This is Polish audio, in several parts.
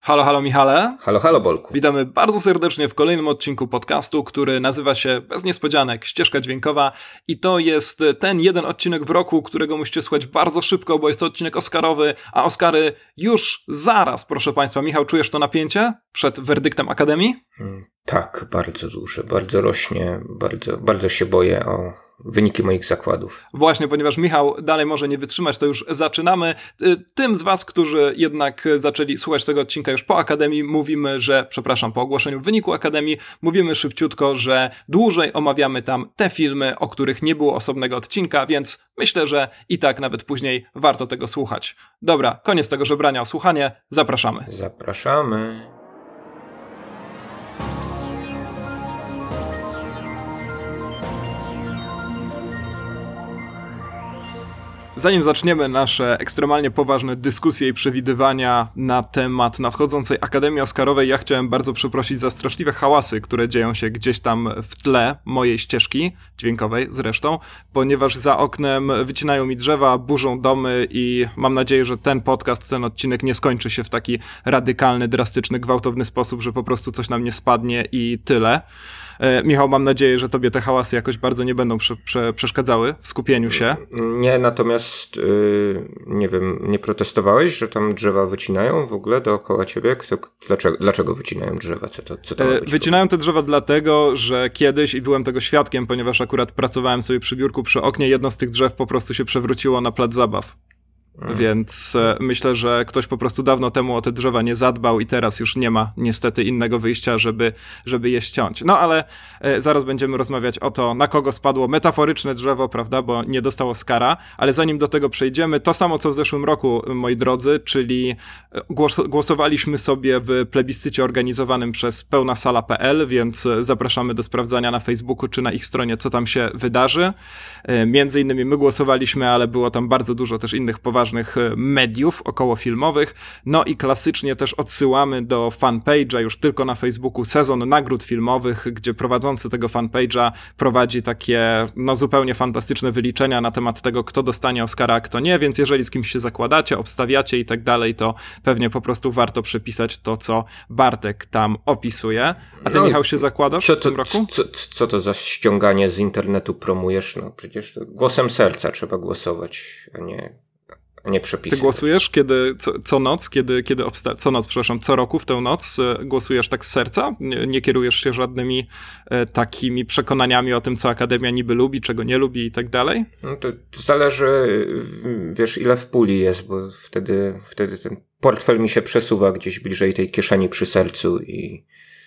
Halo, halo Michale. Halo, halo Bolku. Witamy bardzo serdecznie w kolejnym odcinku podcastu, który nazywa się bez niespodzianek Ścieżka Dźwiękowa i to jest ten jeden odcinek w roku, którego musicie słuchać bardzo szybko, bo jest to odcinek oscarowy, a Oscary już zaraz, proszę Państwa. Michał, czujesz to napięcie przed werdyktem Akademii? Tak, bardzo duże, bardzo rośnie, bardzo się boję o wyniki moich zakładów. Właśnie, ponieważ Michał dalej może nie wytrzymać, to już zaczynamy. Tym z was, którzy jednak zaczęli słuchać tego odcinka już po Akademii, mówimy, że, po ogłoszeniu wyniku Akademii, mówimy szybciutko, że dłużej omawiamy tam te filmy, o których nie było osobnego odcinka, więc myślę, że i tak nawet później warto tego słuchać. Dobra, koniec tego żebrania o słuchanie, zapraszamy. Zapraszamy. Zanim zaczniemy nasze ekstremalnie poważne dyskusje i przewidywania na temat nadchodzącej Akademii Oscarowej, ja chciałem bardzo przeprosić za straszliwe hałasy, które dzieją się gdzieś tam w tle mojej ścieżki dźwiękowej zresztą, ponieważ za oknem wycinają mi drzewa, burzą domy i mam nadzieję, że ten podcast, ten odcinek nie skończy się w taki radykalny, drastyczny, gwałtowny sposób, że po prostu coś nam nie spadnie i tyle. Michał, mam nadzieję, że tobie te hałasy jakoś bardzo nie będą przeszkadzały w skupieniu się. Nie, natomiast nie wiem, nie protestowałeś, że tam drzewa wycinają w ogóle dookoła ciebie? Dlaczego wycinają drzewa? Co to ma być? Wycinają te drzewa dlatego, że kiedyś, i byłem tego świadkiem, ponieważ akurat pracowałem sobie przy biurku przy oknie, jedno z tych drzew po prostu się przewróciło na plac zabaw. Więc myślę, że ktoś po prostu dawno temu o te drzewa nie zadbał i teraz już nie ma niestety innego wyjścia, żeby je ściąć. No ale zaraz będziemy rozmawiać o to, na kogo spadło metaforyczne drzewo, prawda, bo nie dostał Oscara, ale zanim do tego przejdziemy, to samo co w zeszłym roku, moi drodzy, czyli głosowaliśmy sobie w plebiscycie organizowanym przez pełnasala.pl, więc zapraszamy do sprawdzania na Facebooku czy na ich stronie, co tam się wydarzy. Między innymi my głosowaliśmy, ale było tam bardzo dużo też innych poważnych mediów okołofilmowych. No i klasycznie też odsyłamy do fanpage'a już tylko na Facebooku Sezon Nagród Filmowych, gdzie prowadzący tego fanpage'a prowadzi takie zupełnie fantastyczne wyliczenia na temat tego, kto dostanie Oscara, a kto nie, więc jeżeli z kimś się zakładacie, obstawiacie i tak dalej, to pewnie po prostu warto przepisać to, co Bartek tam opisuje. A ty, Michał, się zakładasz w tym roku? Co to za ściąganie z internetu promujesz? No przecież to głosem serca trzeba głosować, a nie przepisy. Ty głosujesz co roku w tę noc głosujesz tak z serca? Nie kierujesz się żadnymi takimi przekonaniami o tym, co Akademia niby lubi, czego nie lubi i tak dalej? No to zależy, wiesz, ile w puli jest, bo wtedy ten portfel mi się przesuwa gdzieś bliżej tej kieszeni przy sercu i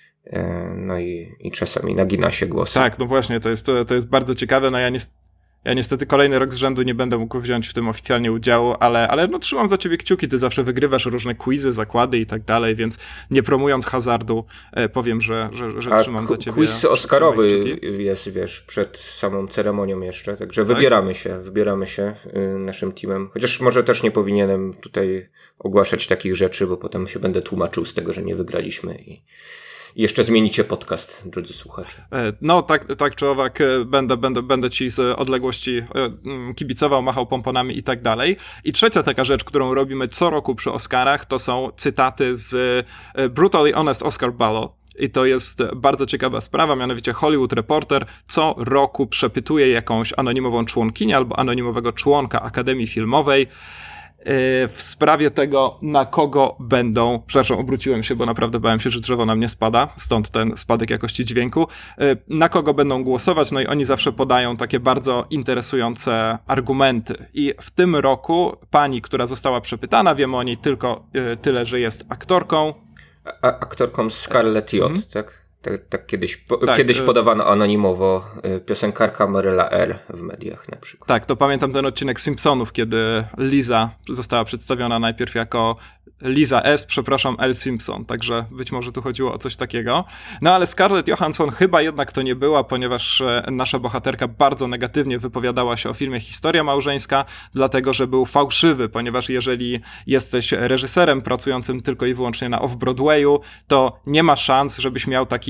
czasami nagina się głos. Tak, no właśnie, to jest bardzo ciekawe, no ja niestety kolejny rok z rzędu nie będę mógł wziąć w tym oficjalnie udziału, ale no trzymam za ciebie kciuki, ty zawsze wygrywasz różne quizy, zakłady i tak dalej, więc nie promując hazardu, powiem, że trzymam za ciebie. Quiz oscarowy jest, wiesz, przed samą ceremonią jeszcze, także tak? Wybieramy się naszym teamem, chociaż może też nie powinienem tutaj ogłaszać takich rzeczy, bo potem się będę tłumaczył z tego, że nie wygraliśmy i jeszcze zmienicie podcast, drodzy słuchacze. No tak czy owak, będę ci z odległości kibicował, machał pomponami i tak dalej. I trzecia taka rzecz, którą robimy co roku przy Oscarach, to są cytaty z Brutally Honest Oscar Ballot. I to jest bardzo ciekawa sprawa, mianowicie Hollywood Reporter co roku przepytuje jakąś anonimową członkinię albo anonimowego członka Akademii Filmowej w sprawie tego, na kogo będą, obróciłem się, bo naprawdę bałem się, że drzewo na mnie spada, stąd ten spadek jakości dźwięku, na kogo będą głosować, no i oni zawsze podają takie bardzo interesujące argumenty. I w tym roku pani, która została przepytana, wiemy o niej tylko tyle, że jest aktorką. Aktorką Scarlett Johansson, tak? Tak kiedyś podawano anonimowo piosenkarka Maryla R. w mediach na przykład. Tak, to pamiętam ten odcinek Simpsonów, kiedy Lisa została przedstawiona najpierw jako Lisa S., L. Simpson, także być może tu chodziło o coś takiego. No ale Scarlett Johansson chyba jednak to nie była, ponieważ nasza bohaterka bardzo negatywnie wypowiadała się o filmie Historia małżeńska, dlatego, że był fałszywy, ponieważ jeżeli jesteś reżyserem pracującym tylko i wyłącznie na Off-Broadwayu, to nie ma szans, żebyś miał taki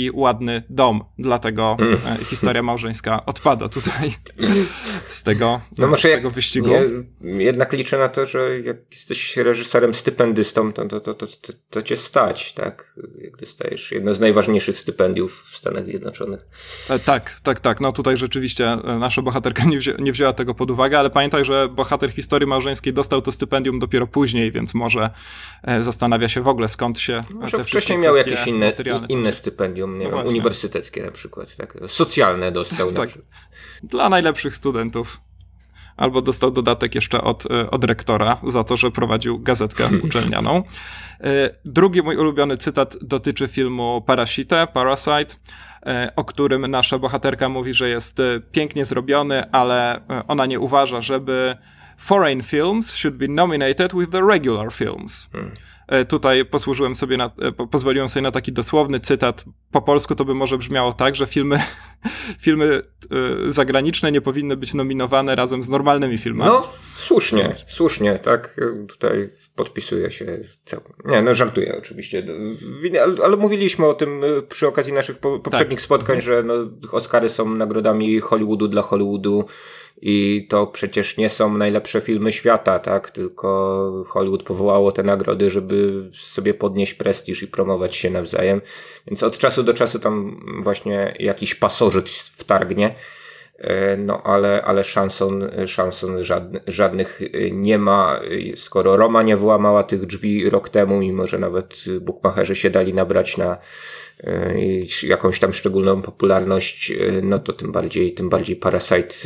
taki ładny dom, dlatego historia małżeńska odpada tutaj z tego wyścigu. Jednak liczę na to, że jak jesteś reżyserem stypendystą, to cię stać, tak? Jak dostajesz jedno z najważniejszych stypendiów w Stanach Zjednoczonych. Tak. No tutaj rzeczywiście nasza bohaterka nie wzięła tego pod uwagę, ale pamiętaj, że bohater historii małżeńskiej dostał to stypendium dopiero później, więc może zastanawia się w ogóle, skąd się może wcześniej miał jakieś inne stypendium, nie wiem, uniwersyteckie na przykład, tak? Socjalne dostał na przykład. Dla najlepszych studentów. Albo dostał dodatek jeszcze od rektora za to, że prowadził gazetkę uczelnianą. Drugi mój ulubiony cytat dotyczy filmu Parasite, o którym nasza bohaterka mówi, że jest pięknie zrobiony, ale ona nie uważa, żeby foreign films should be nominated with the regular films. Tutaj pozwoliłem sobie na taki dosłowny cytat. Po polsku to by może brzmiało tak, że filmy zagraniczne nie powinny być nominowane razem z normalnymi filmami. No, słusznie, tak. Tutaj podpisuję się całkiem. Nie, żartuję oczywiście. Ale mówiliśmy o tym przy okazji naszych poprzednich spotkań, że Oscary są nagrodami Hollywoodu dla Hollywoodu i to przecież nie są najlepsze filmy świata, tak? Tylko Hollywood powołało te nagrody, żeby sobie podnieść prestiż i promować się nawzajem. Więc od czasu do czasu tam właśnie jakiś pasożyt wtargnie. No ale szanson żadnych nie ma, skoro Roma nie wyłamała tych drzwi rok temu, mimo że nawet bukmacherzy się dali nabrać na jakąś tam szczególną popularność, no to tym bardziej Parasite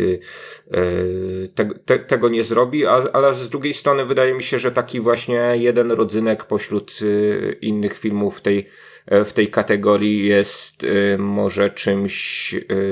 tego nie zrobi, ale z drugiej strony wydaje mi się, że taki właśnie jeden rodzynek pośród innych filmów w tej kategorii jest może czymś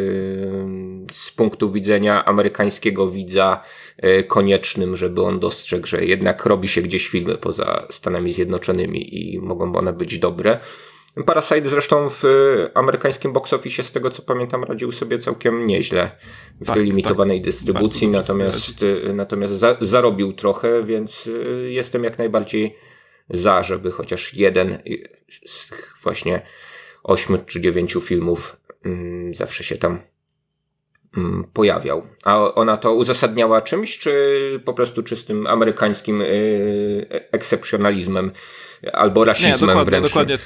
z punktu widzenia amerykańskiego widza koniecznym, żeby on dostrzegł, że jednak robi się gdzieś filmy poza Stanami Zjednoczonymi i mogą one być dobre. Parasite zresztą w amerykańskim box office, z tego co pamiętam, radził sobie całkiem nieźle w limitowanej dystrybucji, natomiast zarobił trochę, więc jestem jak najbardziej za, żeby chociaż jeden z właśnie 8 czy 9 filmów zawsze się tam pojawiał. A ona to uzasadniała czymś, czy po prostu czystym amerykańskim ekscepcjonalizmem albo rasizmem wręcz? Nie, dokładnie.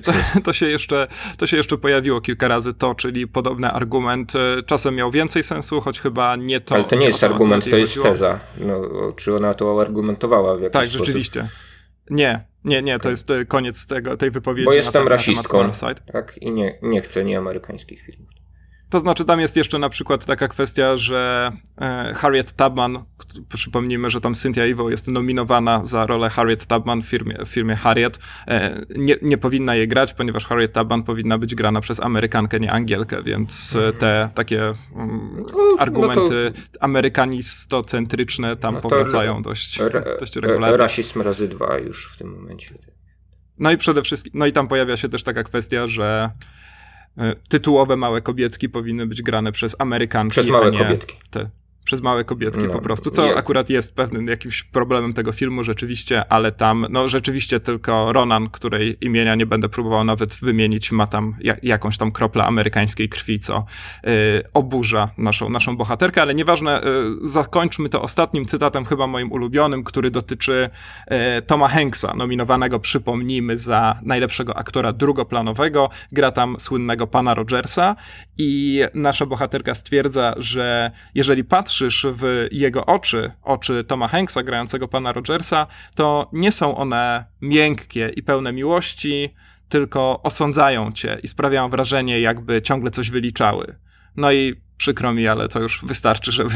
To się jeszcze pojawiło kilka razy, czyli podobny argument czasem miał więcej sensu, choć chyba nie to. Ale to nie jest argument, to jest teza. No, czy ona to argumentowała w jakiś sposób? Tak, rzeczywiście. Nie, to jest koniec tej wypowiedzi. Bo jestem rasistką, tak? I nie chcę nieamerykańskich filmów. To znaczy tam jest jeszcze na przykład taka kwestia, że Harriet Tubman, przypomnijmy, że tam Cynthia Erivo jest nominowana za rolę Harriet Tubman w filmie Harriet, nie powinna jej grać, ponieważ Harriet Tubman powinna być grana przez Amerykankę, nie Angielkę, więc te takie argumenty amerykanistocentryczne tam powracają dość regularnie. Rasizm razy 2 już w tym momencie. No i przede wszystkim, no i tam pojawia się też taka kwestia, że tytułowe małe kobietki powinny być grane przez Amerykanki, przez małe kobietki. Przez małe kobietki po prostu, co akurat jest pewnym jakimś problemem tego filmu rzeczywiście, ale tam rzeczywiście tylko Ronan, której imienia nie będę próbował nawet wymienić, ma tam jakąś tam kroplę amerykańskiej krwi, co oburza naszą bohaterkę, ale nieważne, zakończmy to ostatnim cytatem, chyba moim ulubionym, który dotyczy Toma Hanksa, nominowanego, przypomnijmy, za najlepszego aktora drugoplanowego, gra tam słynnego pana Rogersa i nasza bohaterka stwierdza, że jeżeli patrzysz w jego oczy Toma Hanksa grającego pana Rogersa, to nie są one miękkie i pełne miłości, tylko osądzają cię i sprawiają wrażenie, jakby ciągle coś wyliczały. No i przykro mi, ale to już wystarczy, żeby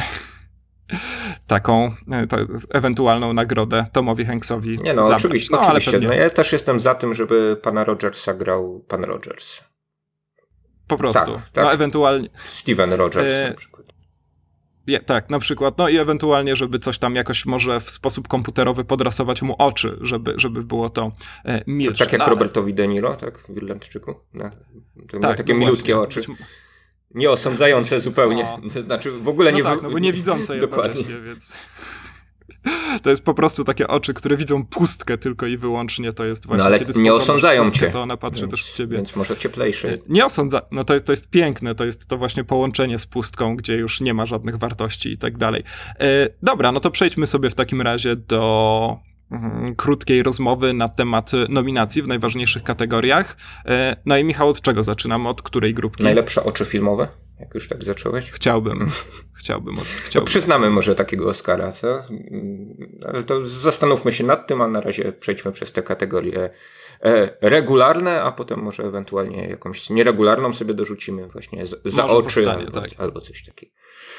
taką ewentualną nagrodę Tomowi Hanksowi zabrać. Oczywiście. Ale pewnie... ja też jestem za tym, żeby pana Rogersa grał pan Rogers. Po prostu. Tak. Ewentualnie... Steven Rogers na przykład. Tak, na przykład. No i ewentualnie, żeby coś tam jakoś może w sposób komputerowy podrasować mu oczy, żeby było to milsze. Tak jak Robertowi De Niro, tak? W Irlandczyku. To miał takie milutkie oczy. Nie osądzające zupełnie. To znaczy w ogóle nie... bo nie widzące jednocześnie, więc... To jest po prostu takie oczy, które widzą pustkę tylko i wyłącznie, to jest właśnie... No ale kiedy nie osądzają pustkę, cię. To ona patrzy też w ciebie. Więc może cieplejszy. Nie osądza... No to jest piękne, to jest to właśnie połączenie z pustką, gdzie już nie ma żadnych wartości i tak dalej. Dobra, no to przejdźmy sobie w takim razie do krótkiej rozmowy na temat nominacji w najważniejszych kategoriach. No i Michał, od czego zaczynamy? Od której grupki? Najlepsze oczy filmowe? Jak już tak zacząłeś? Chciałbym. To przyznamy może takiego Oscara, co? Ale to zastanówmy się nad tym, a na razie przejdźmy przez te kategorie regularne, a potem może ewentualnie jakąś nieregularną sobie dorzucimy właśnie za oczy powstanie, albo coś takiego.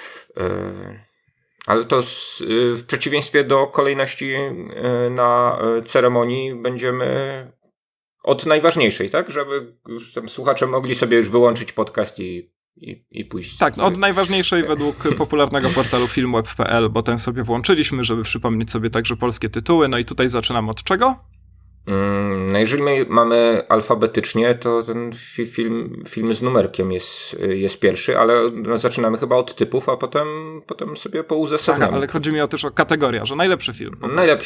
Ale to w przeciwieństwie do kolejności na ceremonii będziemy od najważniejszej, tak? Żeby tam słuchacze mogli sobie już wyłączyć podcast i pójść. Tak, od najważniejszej według popularnego portalu filmweb.pl, bo ten sobie włączyliśmy, żeby przypomnieć sobie także polskie tytuły. No i tutaj zaczynam od czego? No jeżeli my mamy alfabetycznie, to ten film z numerkiem jest pierwszy, ale no zaczynamy chyba od typów, a potem sobie pouzasadniamy. Tak, ale chodzi mi też o kategorię, że najlepszy film.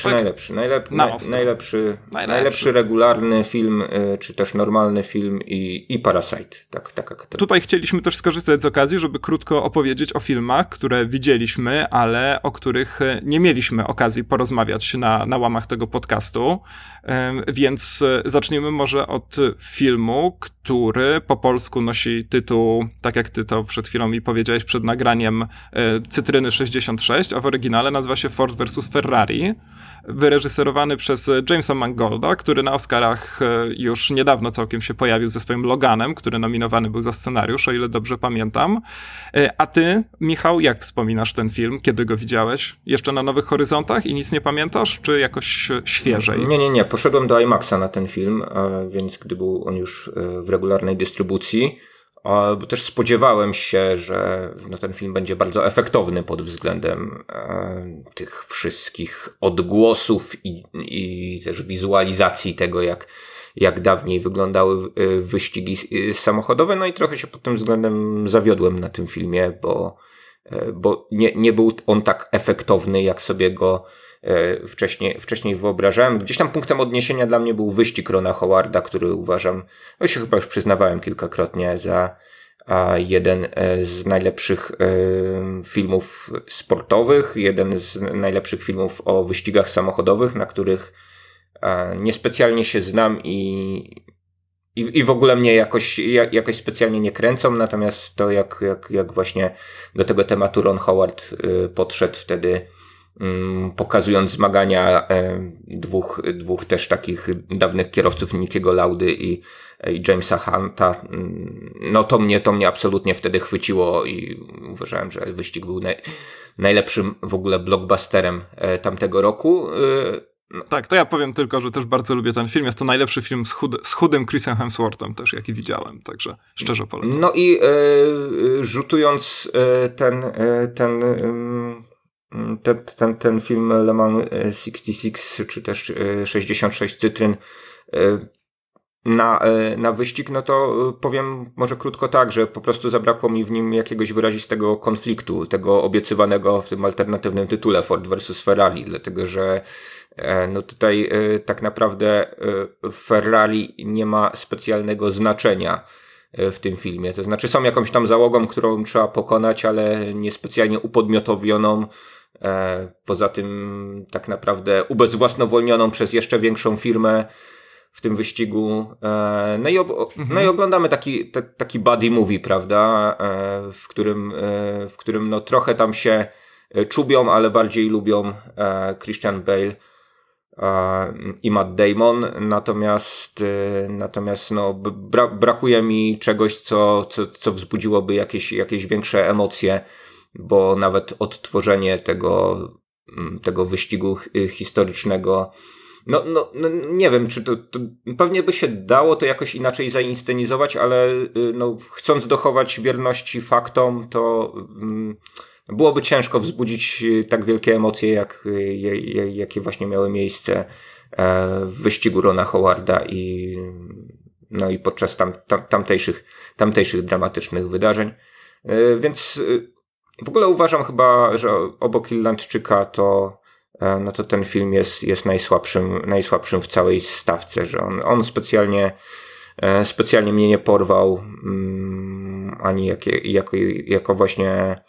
Najlepszy regularny film, czy też normalny film i Parasite. Taka kategoria. Tutaj chcieliśmy też skorzystać z okazji, żeby krótko opowiedzieć o filmach, które widzieliśmy, ale o których nie mieliśmy okazji porozmawiać na łamach tego podcastu. Więc zacznijmy może od filmu, który po polsku nosi tytuł, tak jak ty to przed chwilą mi powiedziałeś przed nagraniem, Cytryny 66, a w oryginale nazywa się Ford vs. Ferrari, wyreżyserowany przez Jamesa Mangolda, który na Oscarach już niedawno całkiem się pojawił ze swoim Loganem, który nominowany był za scenariusz, o ile dobrze pamiętam. A ty, Michał, jak wspominasz ten film? Kiedy go widziałeś? Jeszcze na Nowych Horyzontach i nic nie pamiętasz? Czy jakoś świeżej? Nie. Poszedłem do IMAXa na ten film, więc gdy był on już w regularnej dystrybucji, bo też spodziewałem się, że ten film będzie bardzo efektowny pod względem tych wszystkich odgłosów i też wizualizacji tego, jak dawniej wyglądały wyścigi samochodowe. No i trochę się pod tym względem zawiodłem na tym filmie, bo nie był on tak efektowny, jak sobie go wcześniej wyobrażałem. Gdzieś tam punktem odniesienia dla mnie był wyścig Rona Howarda, który uważam, się chyba już przyznawałem kilkakrotnie, za jeden z najlepszych filmów sportowych, jeden z najlepszych filmów o wyścigach samochodowych, na których niespecjalnie się znam i w ogóle mnie jakoś specjalnie nie kręcą, natomiast to jak właśnie do tego tematu Ron Howard podszedł wtedy, pokazując zmagania dwóch też takich dawnych kierowców, Nickiego Laudy i Jamesa Hunta, no to mnie absolutnie wtedy chwyciło i uważałem, że wyścig był najlepszym w ogóle blockbusterem tamtego roku. Tak, to ja powiem tylko, że też bardzo lubię ten film. Jest to najlepszy film z chudym Chrisem Hemsworthem też, jaki widziałem, także szczerze polecam. No i rzutując ten film Le Mans 66 czy też 66 cytryn na wyścig, no to powiem może krótko tak, że po prostu zabrakło mi w nim jakiegoś wyrazistego konfliktu, tego obiecywanego w tym alternatywnym tytule Ford vs. Ferrari, dlatego że no tutaj tak naprawdę Ferrari nie ma specjalnego znaczenia w tym filmie. To znaczy są jakąś tam załogą, którą trzeba pokonać, ale niespecjalnie upodmiotowioną. Poza tym tak naprawdę ubezwłasnowolnioną przez jeszcze większą firmę w tym wyścigu. No i oglądamy taki buddy movie, prawda? W którym no trochę tam się czubią, ale bardziej lubią Christian Bale i Matt Damon, natomiast no, brakuje mi czegoś, co wzbudziłoby jakieś większe emocje, bo nawet odtworzenie tego wyścigu historycznego, no nie wiem, czy to pewnie by się dało to jakoś inaczej zainscenizować, ale no, chcąc dochować wierności faktom, to byłoby ciężko wzbudzić tak wielkie emocje, jakie właśnie miały miejsce w wyścigu Rona Howarda i podczas tamtejszych dramatycznych wydarzeń. Więc w ogóle uważam chyba, że obok Irlandczyka to no to ten film jest najsłabszym w całej stawce, że on specjalnie mnie nie porwał, ani jako właśnie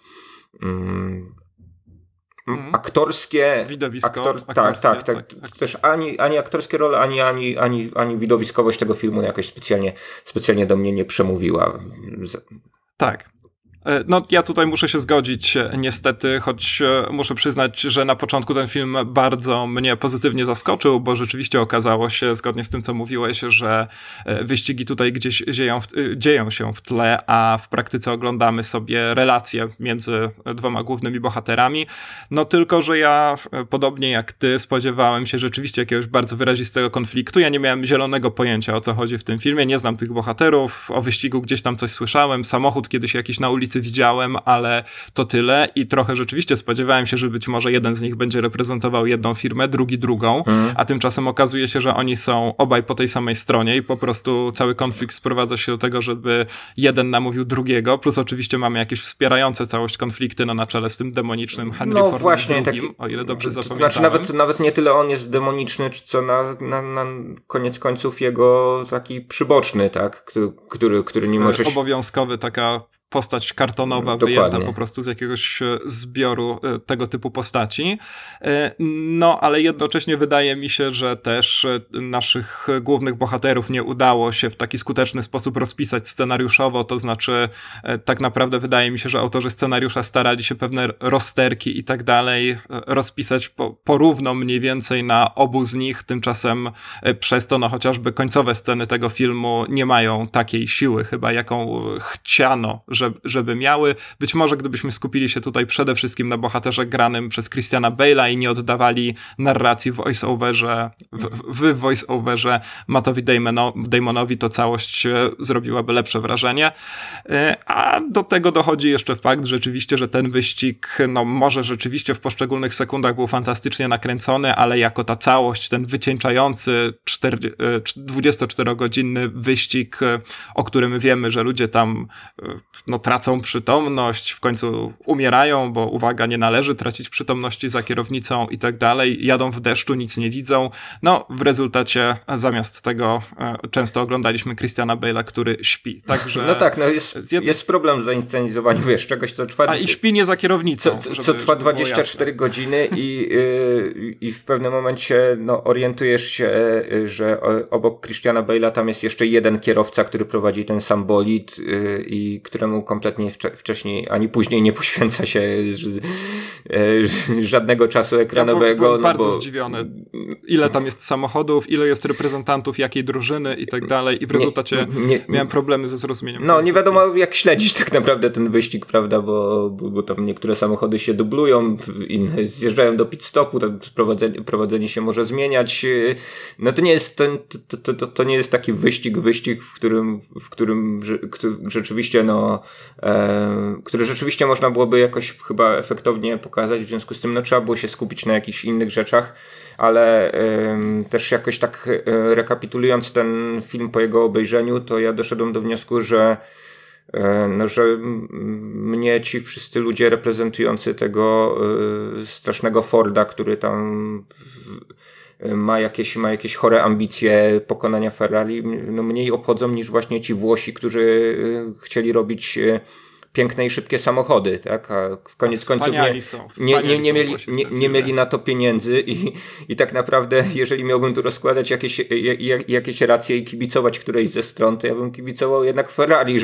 aktorskie widowisko, tak. Też ani aktorskie role, ani widowiskowość tego filmu jakoś specjalnie do mnie nie przemówiła. Tak. No ja tutaj muszę się zgodzić niestety, choć muszę przyznać, że na początku ten film bardzo mnie pozytywnie zaskoczył, bo rzeczywiście okazało się, zgodnie z tym co mówiłeś, że wyścigi tutaj gdzieś dzieją się w tle, a w praktyce oglądamy sobie relacje między dwoma głównymi bohaterami. No tylko, że ja podobnie jak ty spodziewałem się rzeczywiście jakiegoś bardzo wyrazistego konfliktu. Ja nie miałem zielonego pojęcia, o co chodzi w tym filmie, nie znam tych bohaterów, o wyścigu gdzieś tam coś słyszałem, samochód kiedyś jakiś na ulicy widziałem, ale to tyle i trochę rzeczywiście spodziewałem się, że być może jeden z nich będzie reprezentował jedną firmę, drugi drugą, a tymczasem okazuje się, że oni są obaj po tej samej stronie i po prostu cały konflikt sprowadza się do tego, żeby jeden namówił drugiego, plus oczywiście mamy jakieś wspierające całość konflikty na czele z tym demonicznym Henry Fordem właśnie, II, o ile dobrze zapamiętałem. Znaczy nawet nie tyle on jest demoniczny, co na koniec końców jego taki przyboczny, tak? Który nie może... Obowiązkowy, taka postać kartonowa, wyjęta po prostu z jakiegoś zbioru tego typu postaci. No, ale jednocześnie wydaje mi się, że też naszych głównych bohaterów nie udało się w taki skuteczny sposób rozpisać scenariuszowo, to znaczy tak naprawdę wydaje mi się, że autorzy scenariusza starali się pewne rozterki i tak dalej rozpisać porówno mniej więcej na obu z nich, tymczasem przez to, no chociażby końcowe sceny tego filmu nie mają takiej siły chyba, jaką chciano, żeby miały. Być może gdybyśmy skupili się tutaj przede wszystkim na bohaterze granym przez Christiana Bale'a i nie oddawali narracji w voice-overze Mattowi Damonowi, to całość zrobiłaby lepsze wrażenie. A do tego dochodzi jeszcze fakt rzeczywiście, że ten wyścig, no może rzeczywiście w poszczególnych sekundach był fantastycznie nakręcony, ale jako ta całość, ten wycieńczający 24-godzinny wyścig, o którym wiemy, że ludzie tam tracą przytomność, w końcu umierają, bo uwaga, nie należy tracić przytomności za kierownicą i tak dalej, jadą w deszczu, nic nie widzą. No, w rezultacie zamiast tego często oglądaliśmy Christiana Bale'a, który śpi. Także no tak, jest problem w zainscenizowaniu, wiesz, czegoś, co trwa... i śpi nie za kierownicą. Co trwa 24 godziny i w pewnym momencie orientujesz się, że obok Christiana Bale'a tam jest jeszcze jeden kierowca, który prowadzi ten sam bolid i któremu kompletnie wcześniej ani później nie poświęca się żadnego czasu ekranowego. Ja byłem bardzo zdziwiony. Ile tam jest samochodów, ile jest reprezentantów jakiej drużyny i tak dalej i w rezultacie miałem problemy ze zrozumieniem. No nie wiadomo jak śledzić tak naprawdę ten wyścig, prawda, bo tam niektóre samochody się dublują, inne zjeżdżają do pit stopu, tam prowadzenie się może zmieniać. No to nie jest taki wyścig, w którym rzeczywiście który rzeczywiście można byłoby jakoś chyba efektownie pokazać, w związku z tym trzeba było się skupić na jakichś innych rzeczach, ale też jakoś tak rekapitulując ten film po jego obejrzeniu, to ja doszedłem do wniosku, że mnie ci wszyscy ludzie reprezentujący tego strasznego Forda, który tam ma jakieś chore ambicje pokonania Ferrari, mniej obchodzą niż właśnie ci Włosi, którzy chcieli piękne i szybkie samochody, tak? A koniec końców nie mieli na to pieniędzy i tak naprawdę, jeżeli miałbym tu rozkładać jakieś racje i kibicować którejś ze stron, to ja bym kibicował jednak Ferrari,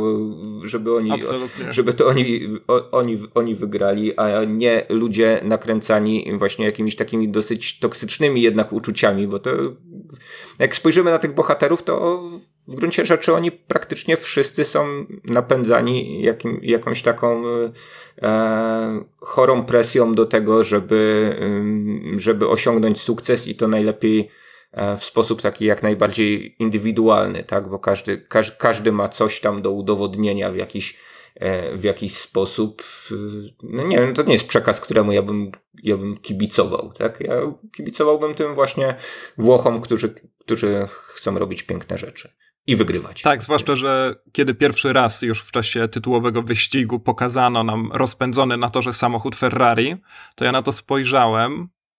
żeby to oni wygrali, a nie ludzie nakręcani właśnie jakimiś takimi dosyć toksycznymi jednak uczuciami, bo to jak spojrzymy na tych bohaterów, to w gruncie rzeczy oni praktycznie wszyscy są napędzani jakąś taką chorą presją do tego, żeby osiągnąć sukces i to najlepiej w sposób taki jak najbardziej indywidualny, tak? Bo każdy ma coś tam do udowodnienia w jakiś sposób. No nie wiem, to nie jest przekaz, któremu ja bym kibicował, tak? Ja kibicowałbym tym właśnie Włochom, którzy chcą robić piękne rzeczy i wygrywać. Tak, zwłaszcza, że kiedy pierwszy raz już w czasie tytułowego wyścigu pokazano nam rozpędzony na torze samochód Ferrari, to ja na to spojrzałem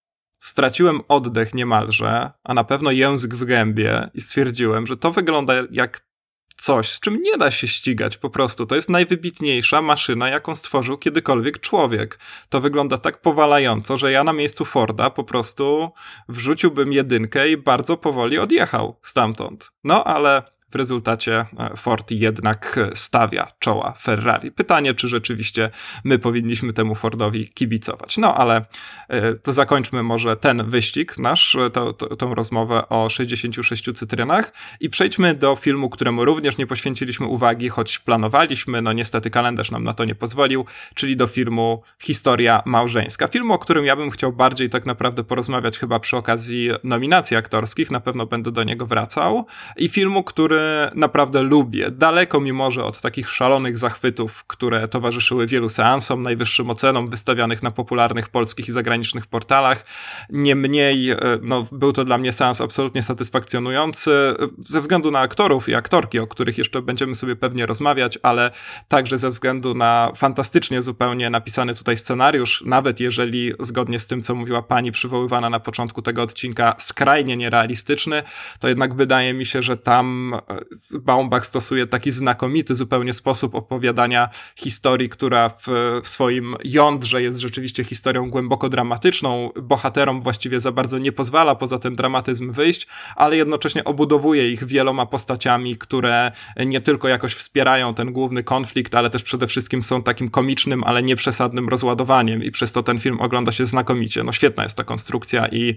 straciłem oddech niemalże, a na pewno język w gębie i stwierdziłem, że to wygląda jak coś, z czym nie da się ścigać po prostu. To jest najwybitniejsza maszyna, jaką stworzył kiedykolwiek człowiek. To wygląda tak powalająco, że ja na miejscu Forda po prostu wrzuciłbym 1 i bardzo powoli odjechał stamtąd. No ale w rezultacie Ford jednak stawia czoła Ferrari. Pytanie, czy rzeczywiście my powinniśmy temu Fordowi kibicować. No ale to zakończmy może ten wyścig nasz, tą rozmowę o 66 cytrynach i przejdźmy do filmu, któremu również nie poświęciliśmy uwagi, choć planowaliśmy, no niestety kalendarz nam na to nie pozwolił, czyli do filmu Historia małżeńska. Filmu, o którym ja bym chciał bardziej tak naprawdę porozmawiać chyba przy okazji nominacji aktorskich, na pewno będę do niego wracał. I filmu, który naprawdę lubię. Daleko mi może od takich szalonych zachwytów, które towarzyszyły wielu seansom, najwyższym ocenom wystawianych na popularnych polskich i zagranicznych portalach. Niemniej no, był to dla mnie seans absolutnie satysfakcjonujący ze względu na aktorów i aktorki, o których jeszcze będziemy sobie pewnie rozmawiać, ale także ze względu na fantastycznie zupełnie napisany tutaj scenariusz, nawet jeżeli zgodnie z tym, co mówiła pani przywoływana na początku tego odcinka, skrajnie nierealistyczny, to jednak wydaje mi się, że tam Baumbach stosuje taki znakomity zupełnie sposób opowiadania historii, która w swoim jądrze jest rzeczywiście historią głęboko dramatyczną. Bohaterom właściwie za bardzo nie pozwala poza ten dramatyzm wyjść, ale jednocześnie obudowuje ich wieloma postaciami, które nie tylko jakoś wspierają ten główny konflikt, ale też przede wszystkim są takim komicznym, ale nieprzesadnym rozładowaniem i przez to ten film ogląda się znakomicie. No świetna jest ta konstrukcja i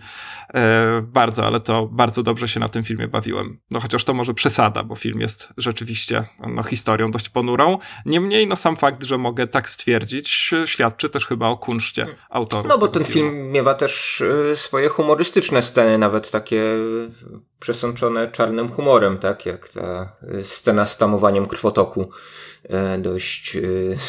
bardzo dobrze się na tym filmie bawiłem. No chociaż to może przesada, bo film jest rzeczywiście historią dość ponurą. Niemniej sam fakt, że mogę tak stwierdzić, świadczy też chyba o kunszcie autorów. No bo ten film miewa też swoje humorystyczne sceny, nawet takie przesączone czarnym humorem, tak jak ta scena z tamowaniem krwotoku. Dość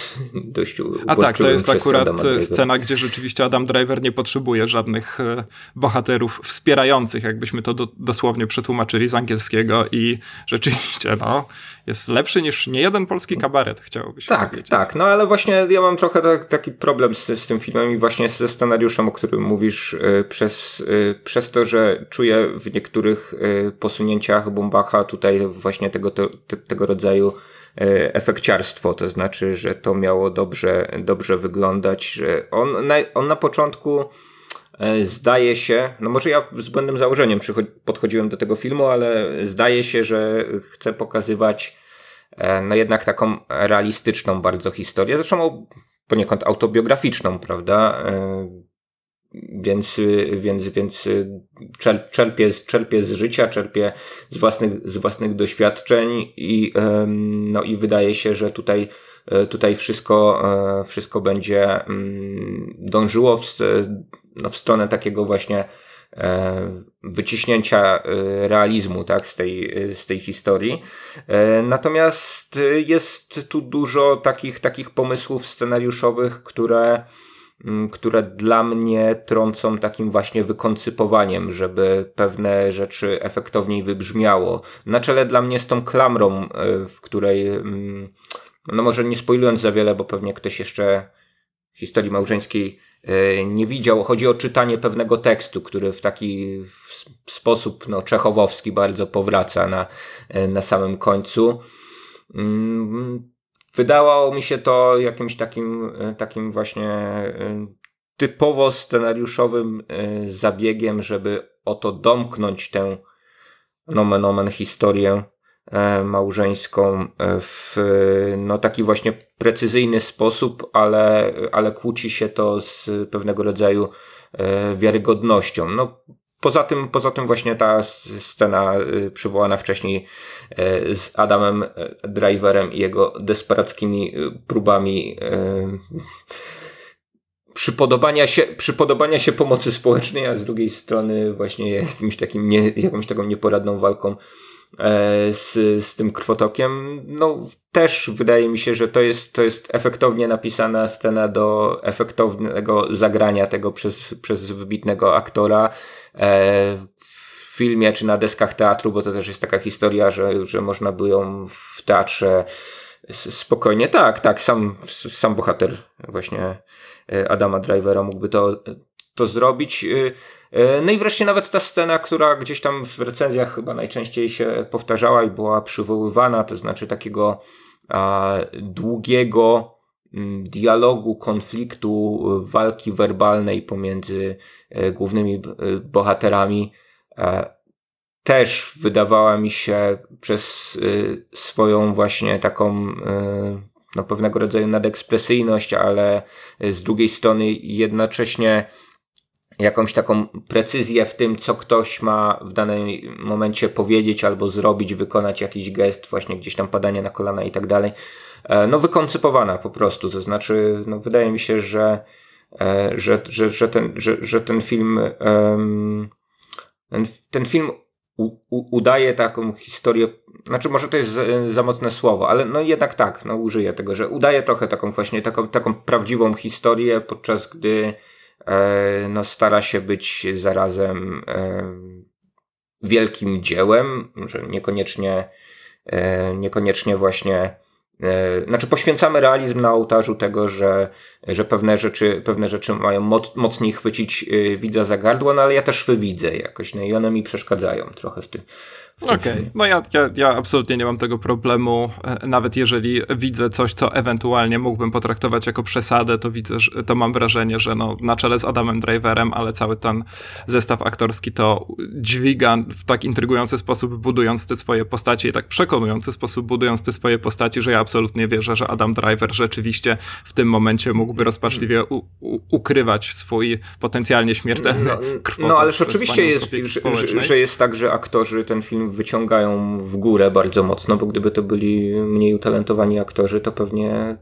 a tak, to jest akurat scena, gdzie rzeczywiście Adam Driver nie potrzebuje żadnych bohaterów wspierających, jakbyśmy to dosłownie przetłumaczyli z angielskiego i rzeczywiście jest lepszy niż niejeden polski kabaret, chciałoby się powiedzieć. Tak, no ale właśnie ja mam trochę taki problem z tym filmem i właśnie ze scenariuszem, o którym mówisz, przez to, że czuję w niektórych posunięciach Baumbacha tutaj właśnie tego rodzaju efekciarstwo, to znaczy, że to miało dobrze wyglądać, że on na początku zdaje się, no może ja z błędnym założeniem podchodziłem do tego filmu, ale zdaje się, że chce pokazywać jednak taką realistyczną bardzo historię, zresztą poniekąd autobiograficzną, prawda? Więc czerpię z życia, czerpię z własnych doświadczeń i wydaje się, że tutaj wszystko będzie dążyło w stronę takiego właśnie wyciśnięcia realizmu, tak, z tej historii. Natomiast jest tu dużo takich pomysłów scenariuszowych, które dla mnie trącą takim właśnie wykoncypowaniem, żeby pewne rzeczy efektowniej wybrzmiało. Na czele dla mnie z tą klamrą, w której, no może nie spoilując za wiele, bo pewnie ktoś jeszcze historii małżeńskiej nie widział, chodzi o czytanie pewnego tekstu, który w taki sposób czechowowski bardzo powraca na samym końcu. Wydawało mi się to jakimś takim właśnie typowo scenariuszowym zabiegiem, żeby oto domknąć tę nomen omen historię małżeńską w taki właśnie precyzyjny sposób, ale kłóci się to z pewnego rodzaju wiarygodnością. No, Poza tym właśnie ta scena przywołana wcześniej z Adamem Driverem i jego desperackimi próbami przypodobania się pomocy społecznej, a z drugiej strony właśnie jakąś taką nieporadną walką z tym krwotokiem. No też wydaje mi się, że to jest efektownie napisana scena do efektownego zagrania tego przez wybitnego aktora w filmie czy na deskach teatru, bo to też jest taka historia, że można by ją w teatrze spokojnie, tak, sam bohater właśnie Adama Drivera mógłby to zrobić. No i wreszcie nawet ta scena, która gdzieś tam w recenzjach chyba najczęściej się powtarzała i była przywoływana, to znaczy takiego długiego dialogu, konfliktu, walki werbalnej pomiędzy głównymi bohaterami, też wydawała mi się przez swoją właśnie taką no pewnego rodzaju nadekspresyjność, ale z drugiej strony jednocześnie jakąś taką precyzję w tym, co ktoś ma w danym momencie powiedzieć albo zrobić, wykonać jakiś gest, właśnie gdzieś tam padanie na kolana i tak dalej. No wykoncypowana po prostu, to znaczy no wydaje mi się, że ten film ten film udaje taką historię, znaczy może to jest za mocne słowo, ale no jednak tak, no użyję tego, że udaje trochę taką właśnie taką prawdziwą historię, podczas gdy no stara się być zarazem wielkim dziełem, że niekoniecznie właśnie znaczy poświęcamy realizm na ołtarzu tego, że pewne rzeczy mają mocniej chwycić widza za gardło, no ale ja też widzę jakoś, no i one mi przeszkadzają trochę w tym. Okej, no ja absolutnie nie mam tego problemu, nawet jeżeli widzę coś, co ewentualnie mógłbym potraktować jako przesadę, to mam wrażenie, że no, na czele z Adamem Driverem, ale cały ten zestaw aktorski to dźwiga w tak intrygujący sposób, budując te swoje postacie i tak przekonujący sposób, budując te swoje postaci, że ja absolutnie wierzę, że Adam Driver rzeczywiście w tym momencie mógłby rozpaczliwie ukrywać swój potencjalnie śmiertelny krwotok. No ale oczywiście jest, że jest tak, że aktorzy ten film wyciągają w górę bardzo mocno, bo gdyby to byli mniej utalentowani aktorzy, to pewnie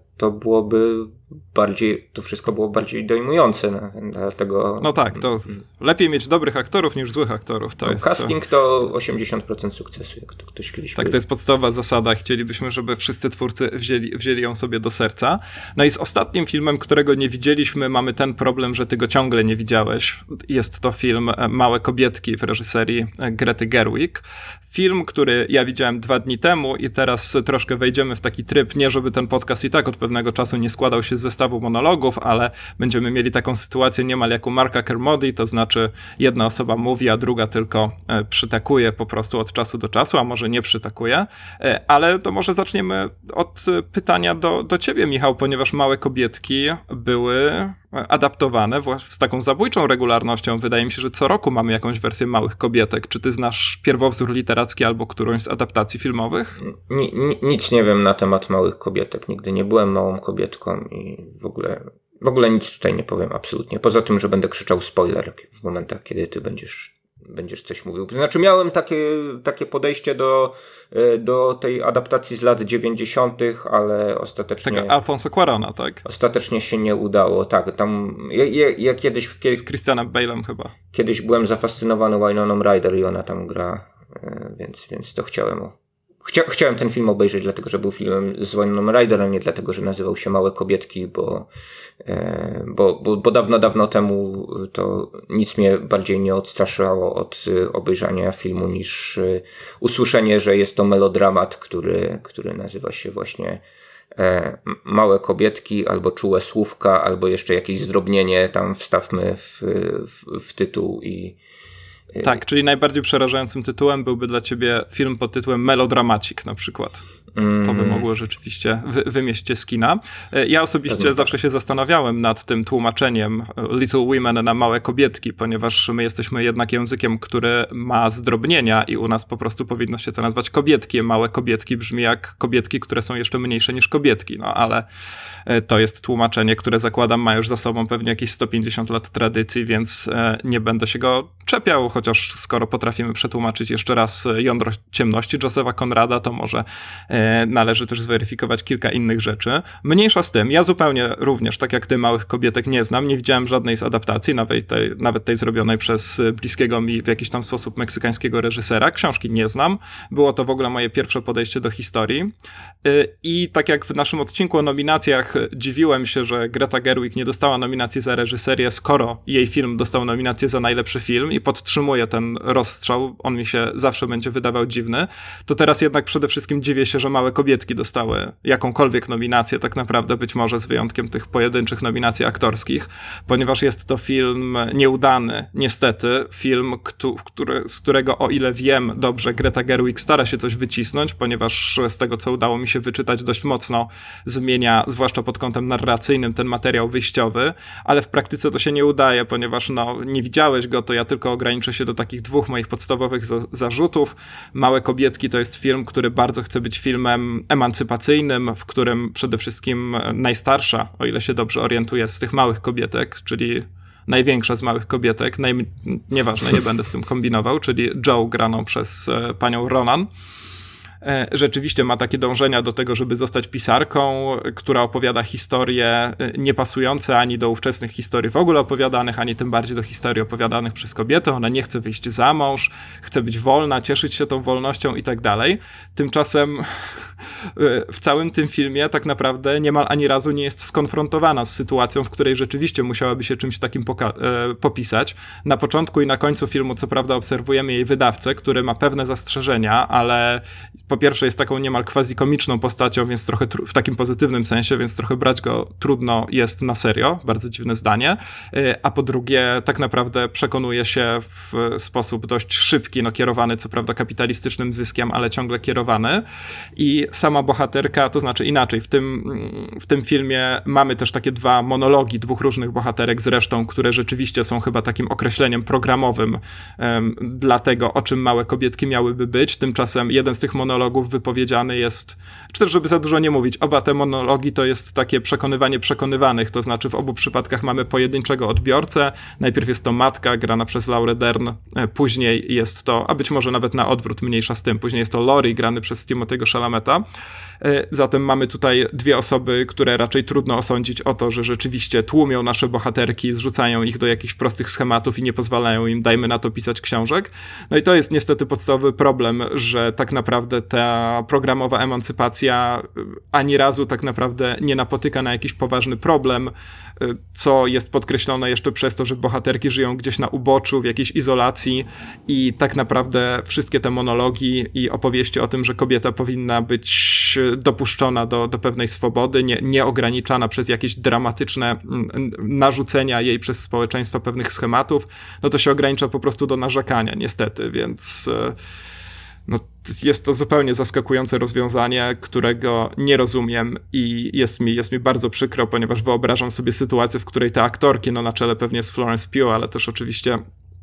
to wszystko było bardziej dojmujące. Dlatego... No tak, to lepiej mieć dobrych aktorów niż złych aktorów. Casting to 80% sukcesu, jak to ktoś kiedyś powiedział. To jest podstawowa zasada. Chcielibyśmy, żeby wszyscy twórcy wzięli ją sobie do serca. No i z ostatnim filmem, którego nie widzieliśmy, mamy ten problem, że ty go ciągle nie widziałeś. Jest to film Małe kobietki w reżyserii Grety Gerwig. Film, który ja widziałem 2 dni temu i teraz troszkę wejdziemy w taki tryb, nie żeby ten podcast i tak od pewnego czasu nie składał się z zestawu monologów, ale będziemy mieli taką sytuację niemal jak u Marka Kermody, to znaczy jedna osoba mówi, a druga tylko przytakuje po prostu od czasu do czasu, a może nie przytakuje, ale to może zaczniemy od pytania do ciebie, Michał, ponieważ Małe kobietki były adaptowane z taką zabójczą regularnością. Wydaje mi się, że co roku mamy jakąś wersję Małych kobietek. Czy ty znasz pierwowzór literacki albo którąś z adaptacji filmowych? Nic nie wiem na temat Małych kobietek. Nigdy nie byłem małą kobietką i w ogóle nic tutaj nie powiem absolutnie. Poza tym, że będę krzyczał spoiler w momentach, kiedy ty będziesz coś mówił. Znaczy miałem takie podejście do tej adaptacji z lat 90., ale ostatecznie... Tak, Alfonso Cuarona, tak? Ostatecznie się nie udało. Tak, tam ja kiedyś... Z Christianem Bale'em chyba. Kiedyś byłem zafascynowany Winoną Ryder i ona tam gra, więc to Chciałem ten film obejrzeć, dlatego że był filmem z Winoną Ryder, a nie dlatego, że nazywał się Małe kobietki, bo dawno temu to nic mnie bardziej nie odstraszało od obejrzenia filmu niż usłyszenie, że jest to melodramat, który nazywa się właśnie Małe kobietki, albo Czułe słówka, albo jeszcze jakieś zdrobnienie tam wstawmy w tytuł i tak, czyli najbardziej przerażającym tytułem byłby dla ciebie film pod tytułem Melodramacik na przykład. To by mogło rzeczywiście wymieść cię z kina. Ja osobiście zawsze się zastanawiałem nad tym tłumaczeniem Little Women na Małe kobietki, ponieważ my jesteśmy jednak językiem, który ma zdrobnienia i u nas po prostu powinno się to nazwać kobietki. Małe kobietki brzmi jak kobietki, które są jeszcze mniejsze niż kobietki, no ale to jest tłumaczenie, które zakładam ma już za sobą pewnie jakieś 150 lat tradycji, więc nie będę się go czepiał, chociaż skoro potrafimy przetłumaczyć jeszcze raz Jądro ciemności Josepha Conrada, to może należy też zweryfikować kilka innych rzeczy. Mniejsza z tym, ja zupełnie również, tak jak ty, Małych kobietek nie znam, nie widziałem żadnej z adaptacji, nawet tej zrobionej przez bliskiego mi w jakiś tam sposób meksykańskiego reżysera. Książki nie znam. Było to w ogóle moje pierwsze podejście do historii. I tak jak w naszym odcinku o nominacjach dziwiłem się, że Greta Gerwig nie dostała nominacji za reżyserię, skoro jej film dostał nominację za najlepszy film i podtrzymuję ten rozstrzał, on mi się zawsze będzie wydawał dziwny, to teraz jednak przede wszystkim dziwię się, że Małe kobietki dostały jakąkolwiek nominację, tak naprawdę być może z wyjątkiem tych pojedynczych nominacji aktorskich, ponieważ jest to film nieudany, niestety, film, z którego, o ile wiem dobrze, Greta Gerwig stara się coś wycisnąć, ponieważ z tego, co udało mi się wyczytać, dość mocno zmienia, zwłaszcza pod kątem narracyjnym, ten materiał wyjściowy, ale w praktyce to się nie udaje, ponieważ nie widziałeś go, to ja tylko ograniczę się do takich dwóch moich podstawowych zarzutów. Małe kobietki to jest film, który bardzo chce być filmem emancypacyjnym, w którym przede wszystkim najstarsza, o ile się dobrze orientuję, z tych małych kobietek, czyli największa z małych kobietek, nieważne, nie będę z tym kombinował, czyli Jo graną przez panią Ronan, rzeczywiście ma takie dążenia do tego, żeby zostać pisarką, która opowiada historie niepasujące ani do ówczesnych historii w ogóle opowiadanych, ani tym bardziej do historii opowiadanych przez kobiety. Ona nie chce wyjść za mąż, chce być wolna, cieszyć się tą wolnością i tak dalej. Tymczasem w całym tym filmie tak naprawdę niemal ani razu nie jest skonfrontowana z sytuacją, w której rzeczywiście musiałaby się czymś takim popisać. Na początku i na końcu filmu co prawda obserwujemy jej wydawcę, który ma pewne zastrzeżenia, ale po pierwsze jest taką niemal quasi-komiczną postacią, więc trochę w takim pozytywnym sensie, więc trochę brać go trudno jest na serio, bardzo dziwne zdanie, a po drugie tak naprawdę przekonuje się w sposób dość szybki, kierowany co prawda kapitalistycznym zyskiem, ale ciągle kierowany i sama bohaterka, to znaczy inaczej, w tym filmie mamy też takie dwa monologi dwóch różnych bohaterek zresztą, które rzeczywiście są chyba takim określeniem programowym dla tego, o czym małe kobietki miałyby być, tymczasem jeden z tych monologów wypowiedziany jest, czy też żeby za dużo nie mówić, oba te monologi to jest takie przekonywanie przekonywanych, to znaczy w obu przypadkach mamy pojedynczego odbiorcę, najpierw jest to matka grana przez Laurę Dern, później jest to, a być może nawet na odwrót, mniejsza z tym, później jest to Laurie grany przez Timothego Chalameta. Zatem mamy tutaj dwie osoby, które raczej trudno osądzić o to, że rzeczywiście tłumią nasze bohaterki, zrzucają ich do jakichś prostych schematów i nie pozwalają im, dajmy na to, pisać książek. No i to jest niestety podstawowy problem, że tak naprawdę ta programowa emancypacja ani razu tak naprawdę nie napotyka na jakiś poważny problem, co jest podkreślone jeszcze przez to, że bohaterki żyją gdzieś na uboczu, w jakiejś izolacji i tak naprawdę wszystkie te monologi i opowieści o tym, że kobieta powinna być dopuszczona do pewnej swobody, nie ograniczana przez jakieś dramatyczne narzucenia jej przez społeczeństwo pewnych schematów, no to się ogranicza po prostu do narzekania niestety, więc jest to zupełnie zaskakujące rozwiązanie, którego nie rozumiem i jest mi bardzo przykro, ponieważ wyobrażam sobie sytuację, w której te aktorki, na czele pewnie z Florence Pugh, ale też oczywiście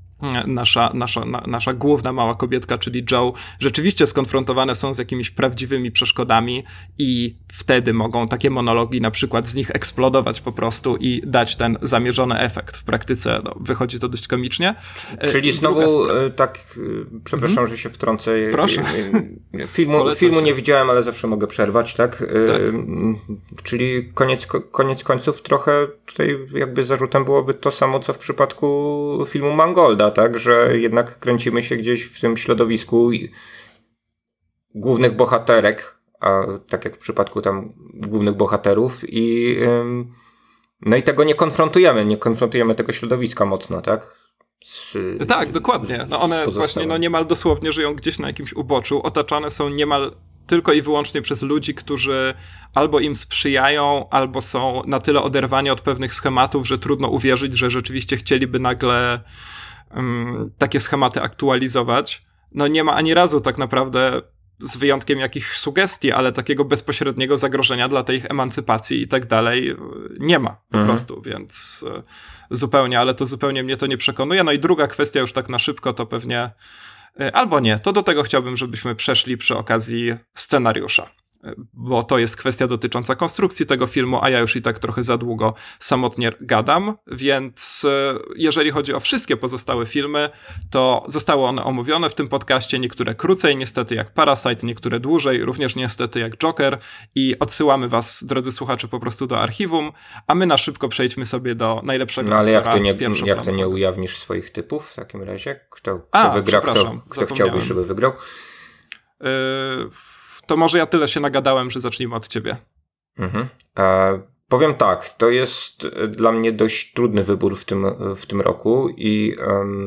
nasza główna mała kobietka, czyli Jo, rzeczywiście skonfrontowane są z jakimiś prawdziwymi przeszkodami i wtedy mogą takie monologi na przykład z nich eksplodować po prostu i dać ten zamierzony efekt. W praktyce wychodzi to dość komicznie. Czyli znowu przepraszam, że się wtrącę. Proszę. Filmu nie widziałem, ale zawsze mogę przerwać, tak? Tak. Czyli koniec końców trochę tutaj jakby zarzutem byłoby to samo, co w przypadku filmu Mangolda, tak, że jednak kręcimy się gdzieś w tym środowisku głównych bohaterek, a tak jak w przypadku tam głównych bohaterów i tego nie konfrontujemy tego środowiska mocno, tak? Tak, dokładnie. One właśnie niemal dosłownie żyją gdzieś na jakimś uboczu, otaczane są niemal tylko i wyłącznie przez ludzi, którzy albo im sprzyjają, albo są na tyle oderwani od pewnych schematów, że trudno uwierzyć, że rzeczywiście chcieliby nagle takie schematy aktualizować. Nie ma ani razu tak naprawdę, z wyjątkiem jakichś sugestii, ale takiego bezpośredniego zagrożenia dla tej ich emancypacji i tak dalej nie ma po prostu, więc zupełnie mnie to nie przekonuje. I druga kwestia już tak na szybko to pewnie, albo nie, to do tego chciałbym, żebyśmy przeszli przy okazji scenariusza. Bo to jest kwestia dotycząca konstrukcji tego filmu, a ja już i tak trochę za długo samotnie gadam, więc jeżeli chodzi o wszystkie pozostałe filmy, to zostały one omówione w tym podcaście, niektóre krócej niestety jak Parasite, niektóre dłużej, również niestety jak Joker i odsyłamy was, drodzy słuchacze, po prostu do archiwum, a my na szybko przejdźmy sobie do najlepszego ale aktora. Jak to nie ujawnisz swoich typów w takim razie? Kto wygra, kto chciałbyś, żeby wygrał? To może ja tyle się nagadałem, że zacznijmy od ciebie. Powiem tak, to jest dla mnie dość trudny wybór w tym roku i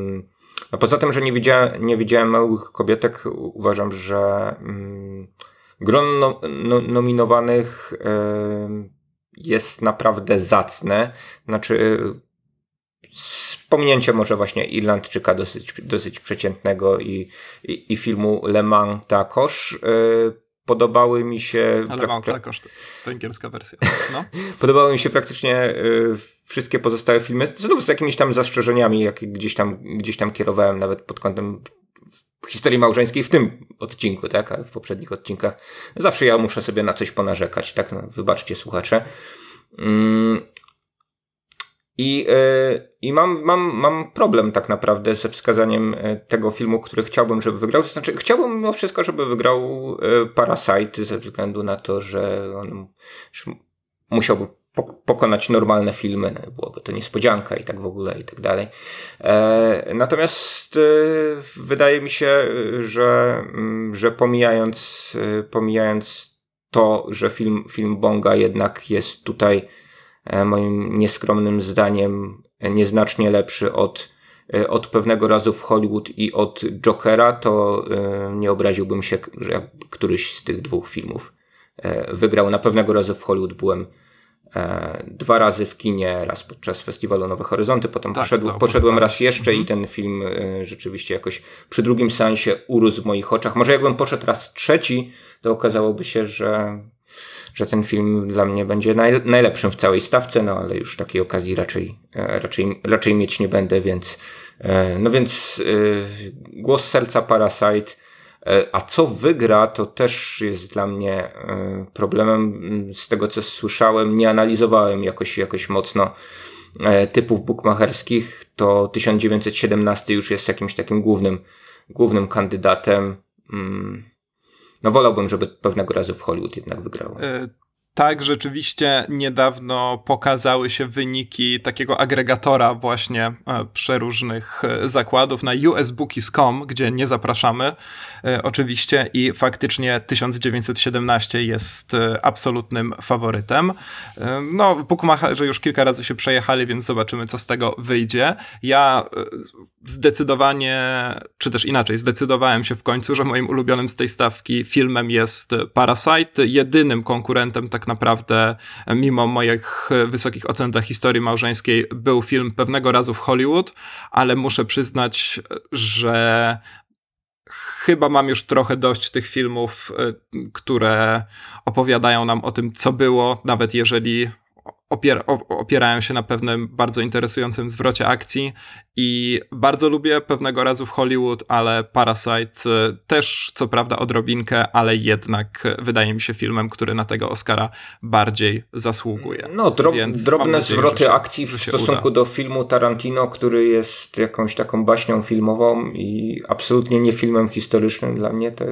poza tym, że nie widziałem Małych Kobietek, uważam, że grono nominowanych jest naprawdę zacne. Znaczy z pominięciem może właśnie Irlandczyka dosyć przeciętnego i filmu Le Mans takoż. Podobały mi się... Ale mam takoż, to jest węgierska wersja. No. Podobały mi się praktycznie wszystkie pozostałe filmy, znów z jakimiś tam zastrzeżeniami, jakie gdzieś tam kierowałem nawet pod kątem historii małżeńskiej w tym odcinku, tak, a w poprzednich odcinkach zawsze ja muszę sobie na coś ponarzekać, tak, no, wybaczcie słuchacze. I mam problem tak naprawdę ze wskazaniem tego filmu, który chciałbym, żeby wygrał. To znaczy, chciałbym mimo wszystko, żeby wygrał Parasite ze względu na to, że on musiałby pokonać normalne filmy, no, byłoby to niespodzianka i tak w ogóle i tak dalej. Natomiast wydaje mi się, że pomijając to, że film Bonga jednak jest tutaj moim nieskromnym zdaniem nieznacznie lepszy od Pewnego razu w Hollywood i od Jokera, to nie obraziłbym się, że któryś z tych dwóch filmów wygrał. Na Pewnego razu w Hollywood byłem 2 razy w kinie, raz podczas festiwalu Nowe Horyzonty, potem poszedłem raz jeszcze i ten film rzeczywiście jakoś przy drugim seansie urósł w moich oczach. Może jakbym poszedł raz trzeci, to okazałoby się, że ten film dla mnie będzie najlepszym w całej stawce, no ale już takiej okazji raczej mieć nie będę, więc głos serca Parasite. A co wygra, to też jest dla mnie problemem. Z tego, co słyszałem, nie analizowałem jakoś mocno typów bukmacherskich, to 1917 już jest jakimś takim głównym kandydatem. No wolałbym, żeby Pewnego razu w Hollywood jednak wygrał. Tak, rzeczywiście niedawno pokazały się wyniki takiego agregatora właśnie przeróżnych zakładów na usbookies.com, gdzie nie zapraszamy oczywiście i faktycznie 1917 jest absolutnym faworytem. No, bookmacherzy już kilka razy się przejechali, więc zobaczymy, co z tego wyjdzie. Ja zdecydowałem się w końcu, że moim ulubionym z tej stawki filmem jest Parasite. Jedynym konkurentem tak naprawdę, mimo moich wysokich ocen dla historii małżeńskiej, był film Pewnego razu w Hollywood, ale muszę przyznać, że chyba mam już trochę dość tych filmów, które opowiadają nam o tym, co było, nawet jeżeli opierają się na pewnym bardzo interesującym zwrocie akcji i bardzo lubię Pewnego razu w Hollywood, ale Parasite też co prawda odrobinkę, ale jednak wydaje mi się filmem, który na tego Oscara bardziej zasługuje. No, drobne zwroty akcji w stosunku do filmu Tarantino, który jest jakąś taką baśnią filmową i absolutnie nie filmem historycznym dla mnie, to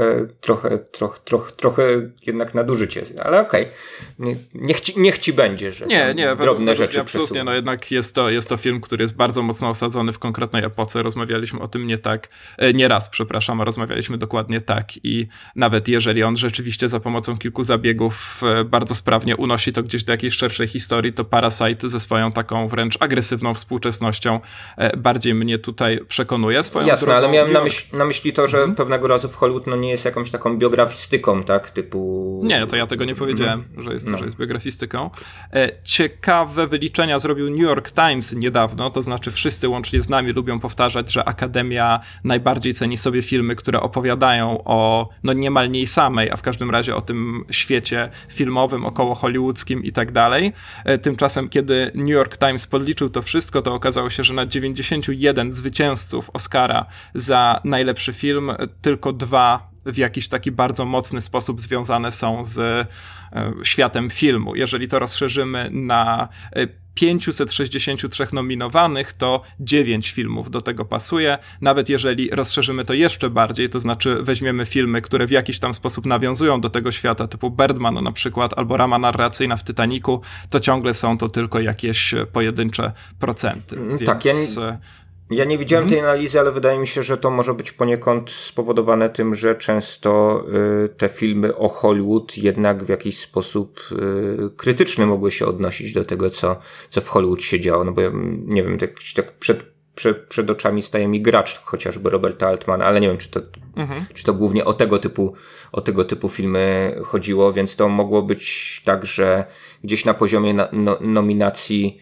trochę jednak nadużycie, ale okej. Niech ci będzie, że drobne rzeczy absolutnie, no jednak jest to film, który jest bardzo mocno osadzony w konkretnej epoce. Rozmawialiśmy o tym rozmawialiśmy dokładnie tak i nawet jeżeli on rzeczywiście za pomocą kilku zabiegów bardzo sprawnie unosi to gdzieś do jakiejś szerszej historii, to Parasite ze swoją taką wręcz agresywną współczesnością bardziej mnie tutaj przekonuje. Jasne, ale miałem na myśli to, że Pewnego razu w Hollywood nie jest jakąś taką biografistyką, tak, typu... Nie, to ja tego nie powiedziałem, że jest biografistyką. Ciekawe wyliczenia zrobił New York Times niedawno, to znaczy wszyscy łącznie z nami lubią powtarzać, że Akademia najbardziej ceni sobie filmy, które opowiadają o niemal niej samej, a w każdym razie o tym świecie filmowym, około hollywoodzkim i tak dalej. Tymczasem, kiedy New York Times podliczył to wszystko, to okazało się, że na 91 zwycięzców Oscara za najlepszy film tylko 2 w jakiś taki bardzo mocny sposób związane są z światem filmu. Jeżeli to rozszerzymy na 563 nominowanych, to 9 filmów do tego pasuje. Nawet jeżeli rozszerzymy to jeszcze bardziej, to znaczy weźmiemy filmy, które w jakiś tam sposób nawiązują do tego świata, typu Birdman na przykład, albo rama narracyjna w Titanicu, to ciągle są to tylko jakieś pojedyncze procenty. Tak, ja nie widziałem tej analizy, ale wydaje mi się, że to może być poniekąd spowodowane tym, że często te filmy o Hollywood jednak w jakiś sposób krytyczny mogły się odnosić do tego, co w Hollywood się działo. No bo ja nie wiem, tak przed oczami staje mi Gracz, chociażby Roberta Altmana, ale nie wiem, czy to głównie o tego typu filmy chodziło, więc to mogło być tak, że gdzieś na poziomie nominacji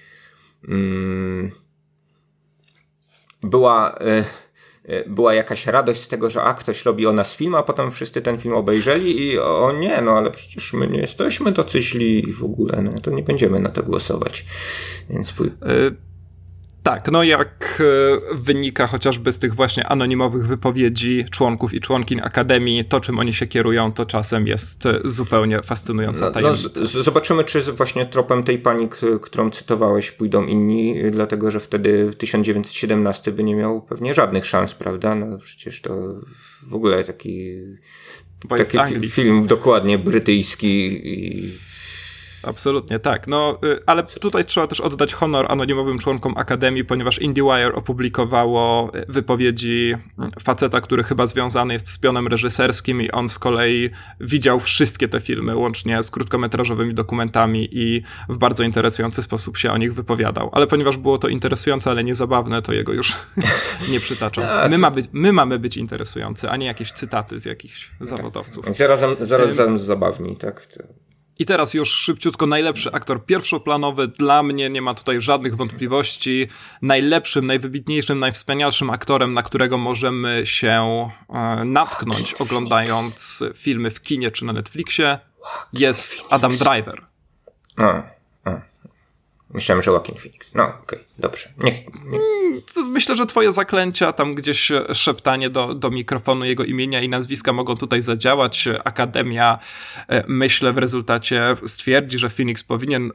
była jakaś radość z tego, że ktoś robi o nas film, a potem wszyscy ten film obejrzeli i o nie, no ale przecież my nie jesteśmy tacy źli w ogóle, no to nie będziemy na to głosować. Więc tak, no jak wynika chociażby z tych właśnie anonimowych wypowiedzi członków i członkiń Akademii, to czym oni się kierują, to czasem jest zupełnie fascynująca tajemnica. Zobaczymy, czy właśnie tropem tej pani, którą cytowałeś, pójdą inni, dlatego że wtedy 1917 by nie miał pewnie żadnych szans, prawda? No przecież to w ogóle taki film dokładnie brytyjski i... Absolutnie, tak. No, ale tutaj trzeba też oddać honor anonimowym członkom Akademii, ponieważ IndieWire opublikowało wypowiedzi faceta, który chyba związany jest z pionem reżyserskim i on z kolei widział wszystkie te filmy, łącznie z krótkometrażowymi dokumentami i w bardzo interesujący sposób się o nich wypowiadał. Ale ponieważ było to interesujące, ale nie zabawne, to jego już nie przytaczam. My mamy być interesujący, a nie jakieś cytaty z jakichś zawodowców. Zarazem zabawni, tak? I teraz już szybciutko najlepszy aktor pierwszoplanowy. Dla mnie nie ma tutaj żadnych wątpliwości. Najlepszym, najwybitniejszym, najwspanialszym aktorem, na którego możemy się natknąć oglądając filmy w kinie czy na Netflixie, jest Adam Driver. Myślałem, że Joaquin Phoenix. No, okej, dobrze. Niech. Myślę, że twoje zaklęcia, tam gdzieś szeptanie do mikrofonu jego imienia i nazwiska mogą tutaj zadziałać. Akademia, myślę, w rezultacie stwierdzi, że Phoenix powinien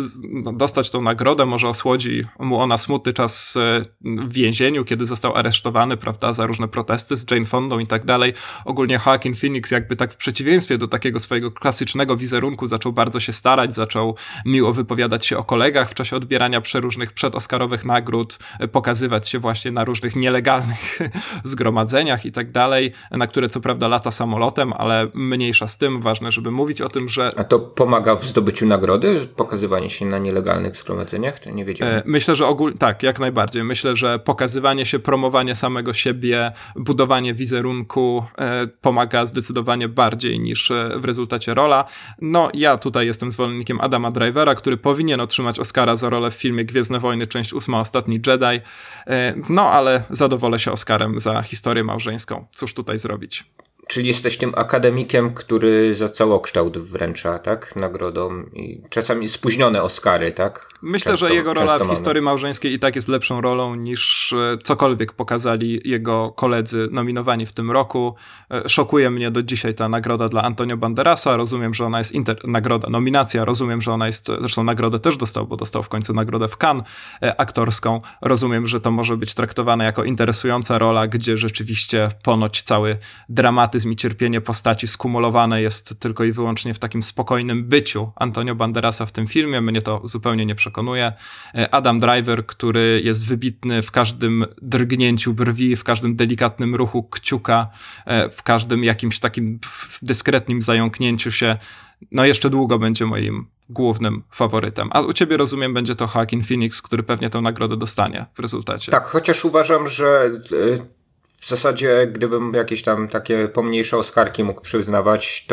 dostać tą nagrodę. Może osłodzi mu ona smutny czas w więzieniu, kiedy został aresztowany, prawda, za różne protesty z Jane Fondą i tak dalej. Ogólnie Joaquin Phoenix jakby tak w przeciwieństwie do takiego swojego klasycznego wizerunku zaczął bardzo się starać, zaczął miło wypowiadać się o kolegach w czasie odbierania przeróżnych przedoskarowych nagród, pokazywać się właśnie na różnych nielegalnych zgromadzeniach i tak dalej, na które co prawda lata samolotem, ale mniejsza z tym. Ważne, żeby mówić o tym, że... A to pomaga w zdobyciu nagrody? Pokazywanie się na nielegalnych zgromadzeniach? To nie wiedziałem. Myślę, że tak, jak najbardziej. Myślę, że pokazywanie się, promowanie samego siebie, budowanie wizerunku pomaga zdecydowanie bardziej niż w rezultacie rola. No, ja tutaj jestem zwolennikiem Adama Drivera, który powinien otrzymać Oscara za rolę w filmie Gwiezdne Wojny, część 8, Ostatni Jedi. No, ale zadowolę się Oscarem za historię małżeńską. Cóż tutaj zrobić? Czyli jesteś tym akademikiem, który za całokształt wręcza, tak? Nagrodą i czasami spóźnione Oscary, tak? Myślę, że jego rola w historii małżeńskiej i tak jest lepszą rolą niż cokolwiek pokazali jego koledzy nominowani w tym roku. Szokuje mnie do dzisiaj ta nagroda dla Antonio Banderasa. Rozumiem, że ona jest nominacja. Rozumiem, że ona jest, zresztą nagrodę też dostał, bo dostał w końcu nagrodę w Cannes aktorską. Rozumiem, że to może być traktowane jako interesująca rola, gdzie rzeczywiście ponoć cały dramat i cierpienie postaci skumulowane jest tylko i wyłącznie w takim spokojnym byciu Antonio Banderasa w tym filmie. Mnie to zupełnie nie przekonuje. Adam Driver, który jest wybitny w każdym drgnięciu brwi, w każdym delikatnym ruchu kciuka, w każdym jakimś takim dyskretnym zająknięciu się, no jeszcze długo będzie moim głównym faworytem. A u ciebie, rozumiem, będzie to Joaquin Phoenix, który pewnie tę nagrodę dostanie w rezultacie. Tak, chociaż uważam, że w zasadzie, gdybym jakieś tam takie pomniejsze Oscarki mógł przyznawać,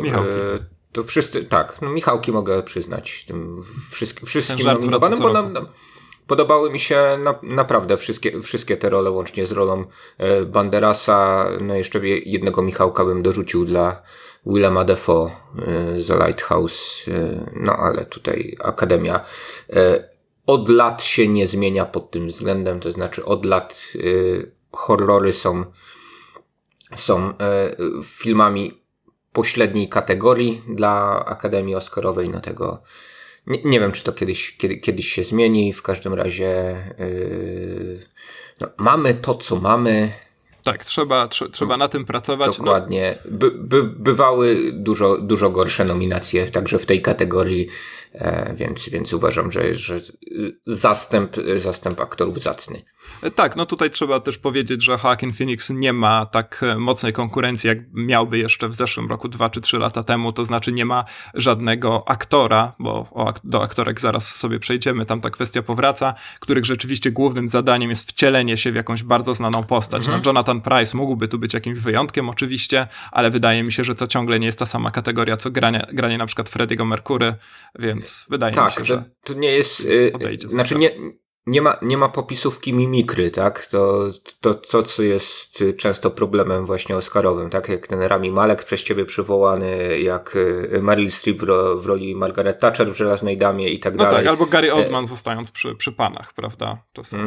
to wszyscy, tak, no Michałki mogę przyznać tym wszystkim nominowanym, bo podobały mi się naprawdę wszystkie te role, łącznie z rolą Banderasa. No jeszcze jednego Michałka bym dorzucił dla Willema Dafoe za Lighthouse, no ale tutaj Akademia od lat się nie zmienia pod tym względem, to znaczy od lat horrory są filmami pośredniej kategorii dla Akademii Oscarowej. No tego nie wiem, czy to kiedyś się zmieni. W każdym razie mamy to, co mamy. Tak, trzeba na tym pracować. Dokładnie. Bywały dużo gorsze nominacje, także w tej kategorii, więc uważam, że zastęp aktorów zacny. Tak, no tutaj trzeba też powiedzieć, że Joaquin Phoenix nie ma tak mocnej konkurencji, jak miałby jeszcze w zeszłym roku, 2 czy 3 lata temu, to znaczy nie ma żadnego aktora, bo do aktorek zaraz sobie przejdziemy, tam ta kwestia powraca, których rzeczywiście głównym zadaniem jest wcielenie się w jakąś bardzo znaną postać. No, Jonathan Pryce mógłby tu być jakimś wyjątkiem oczywiście, ale wydaje mi się, że to ciągle nie jest ta sama kategoria, co granie na przykład Freddie'ego Mercury, więc wydaje mi się, że to nie jest, odejdzie. Znaczy nie ma popisówki mimikry, tak? To, co jest często problemem właśnie oscarowym, tak? Jak ten Rami Malek przez ciebie przywołany, jak Meryl Streep w roli Margaret Thatcher w Żelaznej Damie i tak dalej. No tak, albo Gary Oldman zostając przy panach, prawda? To są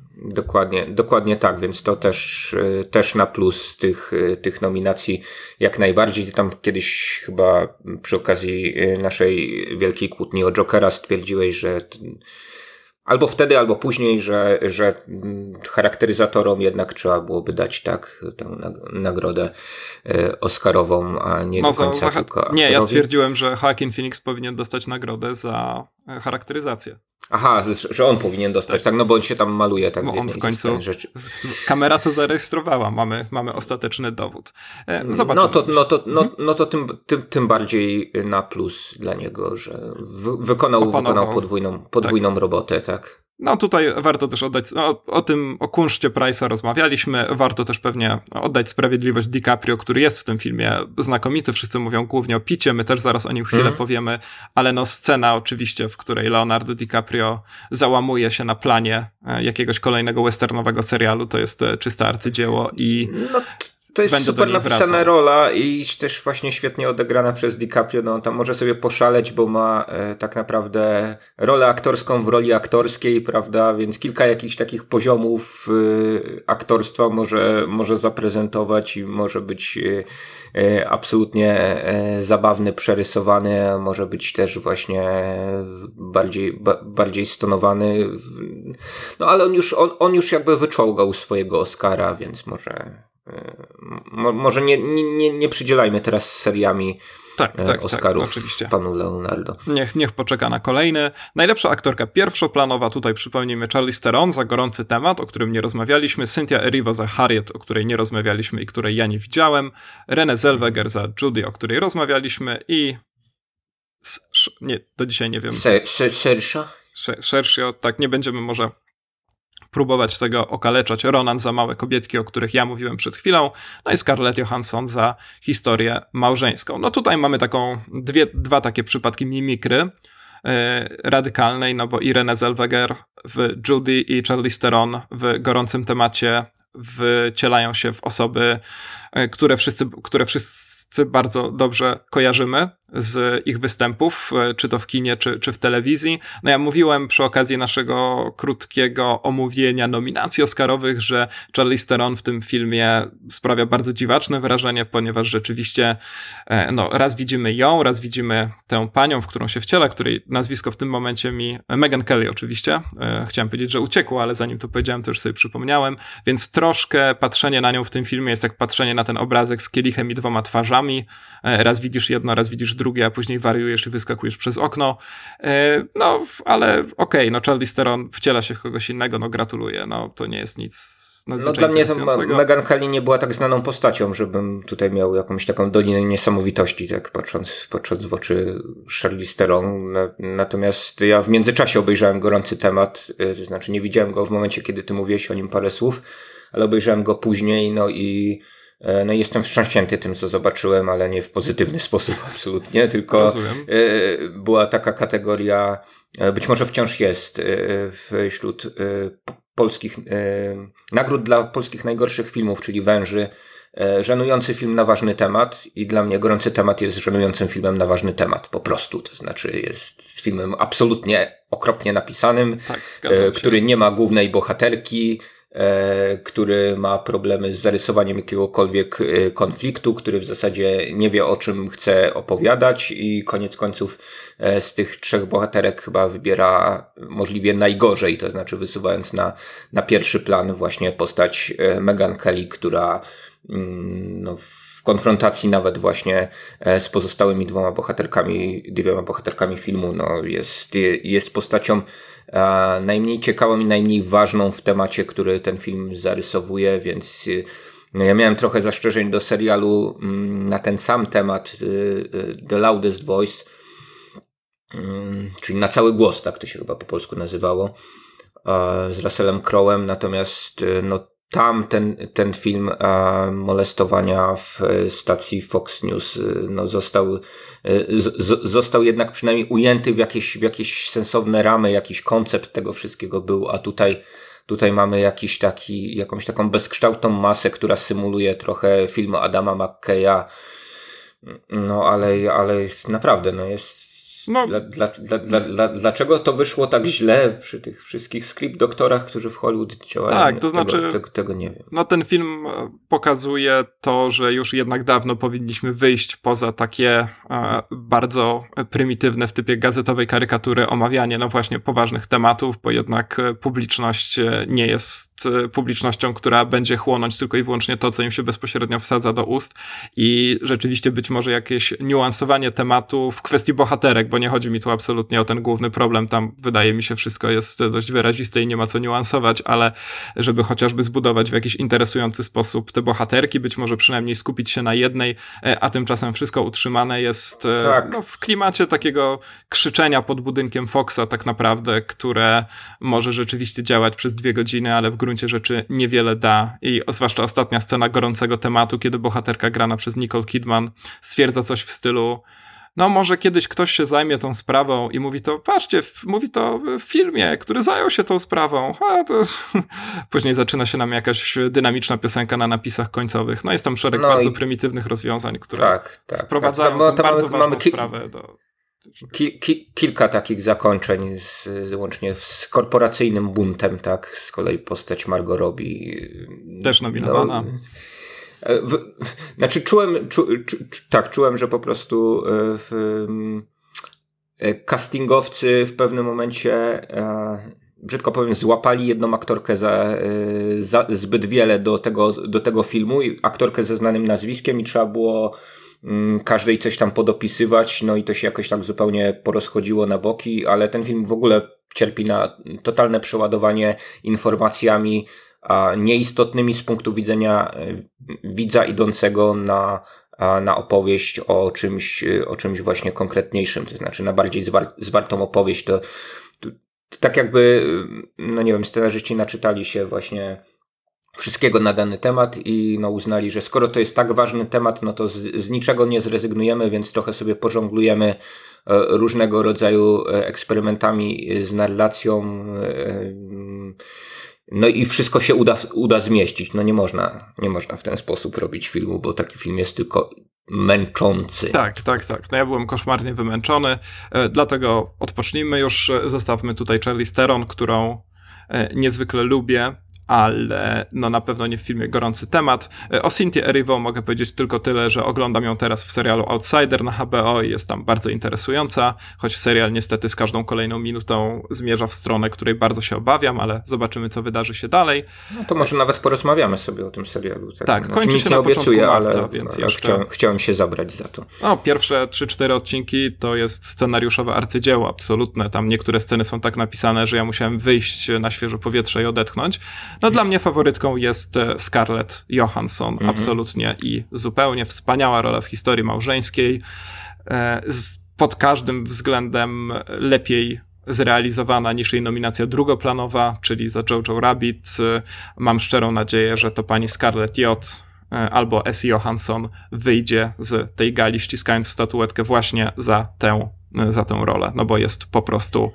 Dokładnie tak, więc to też na plus tych nominacji jak najbardziej. Ty tam kiedyś chyba przy okazji naszej wielkiej kłótni o Jokera stwierdziłeś, że albo wtedy, albo później, że charakteryzatorom jednak trzeba byłoby dać tę nagrodę oscarową, a nie do końca tylko aktorowi. Nie, ja stwierdziłem, że Joaquin Phoenix powinien dostać nagrodę za charakteryzację. Aha, że on powinien dostać, tak, no bo on się tam maluje. Tak, bo on w końcu, kamera to zarejestrowała, mamy ostateczny dowód. Zobaczymy. No to tym bardziej na plus dla niego, że wykonał podwójną robotę, tak. No tutaj warto też oddać, o kunszcie Price'a rozmawialiśmy, warto też pewnie oddać sprawiedliwość DiCaprio, który jest w tym filmie znakomity, wszyscy mówią głównie o picie, my też zaraz o nim chwilę powiemy, ale no scena oczywiście, w której Leonardo DiCaprio załamuje się na planie jakiegoś kolejnego westernowego serialu, to jest czyste arcydzieło i... To jest super napisana rola i też właśnie świetnie odegrana przez DiCaprio. No on tam może sobie poszaleć, bo ma tak naprawdę rolę aktorską w roli aktorskiej, prawda? Więc kilka jakichś takich poziomów aktorstwa może zaprezentować i może być absolutnie zabawny, przerysowany, a może być też właśnie bardziej stonowany. No ale on już jakby wyczołgał swojego Oscara, więc może nie przydzielajmy teraz seriami Oscarów oczywiście. Panu Leonardo. Niech poczeka na kolejny. Najlepsza aktorka pierwszoplanowa, tutaj przypomnijmy Charlize Theron za Gorący temat, o którym nie rozmawialiśmy, Cynthia Erivo za Harriet, o której nie rozmawialiśmy i której ja nie widziałem, Renée Zellweger za Judy, o której rozmawialiśmy i do dzisiaj nie wiem. Sergio, tak, nie będziemy może próbować tego okaleczać. Ronan za Małe kobietki, o których ja mówiłem przed chwilą, no i Scarlett Johansson za Historię małżeńską. No tutaj mamy dwa takie przypadki mimikry radykalnej, no bo i Renée Zellweger w Judy i Charlize Theron w Gorącym temacie wcielają się w osoby, które wszyscy bardzo dobrze kojarzymy z ich występów, czy to w kinie, czy w telewizji. No ja mówiłem przy okazji naszego krótkiego omówienia nominacji oscarowych, że Charlize Theron w tym filmie sprawia bardzo dziwaczne wrażenie, ponieważ rzeczywiście raz widzimy ją, raz widzimy tę panią, w którą się wciela, której nazwisko w tym momencie Megyn Kelly oczywiście. Chciałem powiedzieć, że uciekło, ale zanim to powiedziałem, to już sobie przypomniałem, więc troszkę patrzenie na nią w tym filmie jest jak patrzenie na ten obrazek z kielichem i 2 twarzami. Raz widzisz jedno, raz widzisz drugie, a później wariujesz i wyskakujesz przez okno. Ale okej, Charlize Theron wciela się w kogoś innego, gratuluję. To nie jest nic nadzwyczajnie dla mnie Megyn Kelly nie była tak znaną postacią, żebym tutaj miał jakąś taką dolinę niesamowitości, tak patrząc w oczy Charlize Theron. Natomiast ja w międzyczasie obejrzałem Gorący temat, to znaczy nie widziałem go w momencie, kiedy ty mówiłeś o nim parę słów, ale obejrzałem go później, i jestem wstrząśnięty tym, co zobaczyłem, ale nie w pozytywny sposób absolutnie, tylko była taka kategoria, być może wciąż jest wśród polskich nagród dla polskich najgorszych filmów, czyli Węży, żenujący film na ważny temat i dla mnie Gorący temat jest żenującym filmem na ważny temat, po prostu, to znaczy jest filmem absolutnie okropnie napisanym, który nie ma głównej bohaterki, który ma problemy z zarysowaniem jakiegokolwiek konfliktu, który w zasadzie nie wie, o czym chce opowiadać i koniec końców z tych 3 bohaterek chyba wybiera możliwie najgorzej, to znaczy wysuwając na pierwszy plan właśnie postać Meghan Kelly, która no, w konfrontacji nawet właśnie z pozostałymi dwiema bohaterkami filmu, no jest postacią najmniej ciekawą i najmniej ważną w temacie, który ten film zarysowuje, więc no ja miałem trochę zastrzeżeń do serialu na ten sam temat The Loudest Voice, czyli na cały głos, tak to się chyba po polsku nazywało, z Russellem Crowe'em, natomiast no tam ten film molestowania w stacji Fox News no został jednak przynajmniej ujęty w jakieś sensowne ramy, jakiś koncept tego wszystkiego był, a tutaj mamy jakąś taką bezkształtną masę, która symuluje trochę film Adama McKeya, no ale naprawdę no jest. No. Dlaczego to wyszło tak źle przy tych wszystkich script doktorach, którzy w Hollywood działają? Tak, to znaczy, tego nie wiem. No ten film pokazuje to, że już jednak dawno powinniśmy wyjść poza takie bardzo prymitywne w typie gazetowej karykatury omawianie no właśnie poważnych tematów, bo jednak publiczność nie jest publicznością, która będzie chłonąć tylko i wyłącznie to, co im się bezpośrednio wsadza do ust i rzeczywiście być może jakieś niuansowanie tematu w kwestii bohaterek, bo nie chodzi mi tu absolutnie o ten główny problem, tam wydaje mi się wszystko jest dość wyraziste i nie ma co niuansować, ale żeby chociażby zbudować w jakiś interesujący sposób te bohaterki, być może przynajmniej skupić się na jednej, a tymczasem wszystko utrzymane jest no, w klimacie takiego krzyczenia pod budynkiem Foxa tak naprawdę, które może rzeczywiście działać przez 2 godziny, ale w gruncie rzeczy niewiele da i zwłaszcza ostatnia scena gorącego tematu, kiedy bohaterka grana przez Nicole Kidman stwierdza coś w stylu no może kiedyś ktoś się zajmie tą sprawą i mówi to, patrzcie, mówi to w filmie, który zajął się tą sprawą. Później zaczyna się nam jakaś dynamiczna piosenka na napisach końcowych. No jest tam szereg bardzo prymitywnych rozwiązań, które sprowadzają tą bardzo ważną sprawę do... Kilka takich zakończeń łącznie z korporacyjnym buntem, tak? Z kolei postać Margot Robbie. Też nominowana. Znaczy czułem, że po prostu castingowcy w pewnym momencie, brzydko powiem, złapali jedną aktorkę za zbyt wiele do tego filmu, aktorkę ze znanym nazwiskiem i trzeba było każdej coś tam podopisywać, no i to się jakoś tak zupełnie porozchodziło na boki, ale ten film w ogóle cierpi na totalne przeładowanie informacjami, nieistotnymi z punktu widzenia widza idącego na opowieść o czymś właśnie konkretniejszym, to znaczy na bardziej zwartą opowieść. To tak jakby, no nie wiem, scenarzyści naczytali się właśnie wszystkiego na dany temat i no uznali, że skoro to jest tak ważny temat, no to z niczego nie zrezygnujemy, więc trochę sobie pożonglujemy różnego rodzaju eksperymentami z narracją, no i wszystko się uda zmieścić. No nie można w ten sposób robić filmu, bo taki film jest tylko męczący. Tak. No ja byłem koszmarnie wymęczony, dlatego odpocznijmy już, zostawmy tutaj Charlize Theron, którą niezwykle lubię, ale no na pewno nie w filmie gorący temat. O Cynthia Erivo mogę powiedzieć tylko tyle, że oglądam ją teraz w serialu Outsider na HBO i jest tam bardzo interesująca, choć serial niestety z każdą kolejną minutą zmierza w stronę, której bardzo się obawiam, ale zobaczymy, co wydarzy się dalej. No to może nawet porozmawiamy sobie o tym serialu. Tak, kończy się na początku marca, więc jeszcze... Chciałem się zabrać za to. No, pierwsze 3-4 odcinki to jest scenariuszowe arcydzieło absolutne. Tam niektóre sceny są tak napisane, że ja musiałem wyjść na świeże powietrze i odetchnąć. No dla mnie faworytką jest Scarlett Johansson, absolutnie i zupełnie wspaniała rola w historii małżeńskiej, pod każdym względem lepiej zrealizowana niż jej nominacja drugoplanowa, czyli za Jojo Rabbit. Mam szczerą nadzieję, że to pani Scarlett J. albo S. Johansson wyjdzie z tej gali ściskając statuetkę właśnie za tę rolę, no bo jest po prostu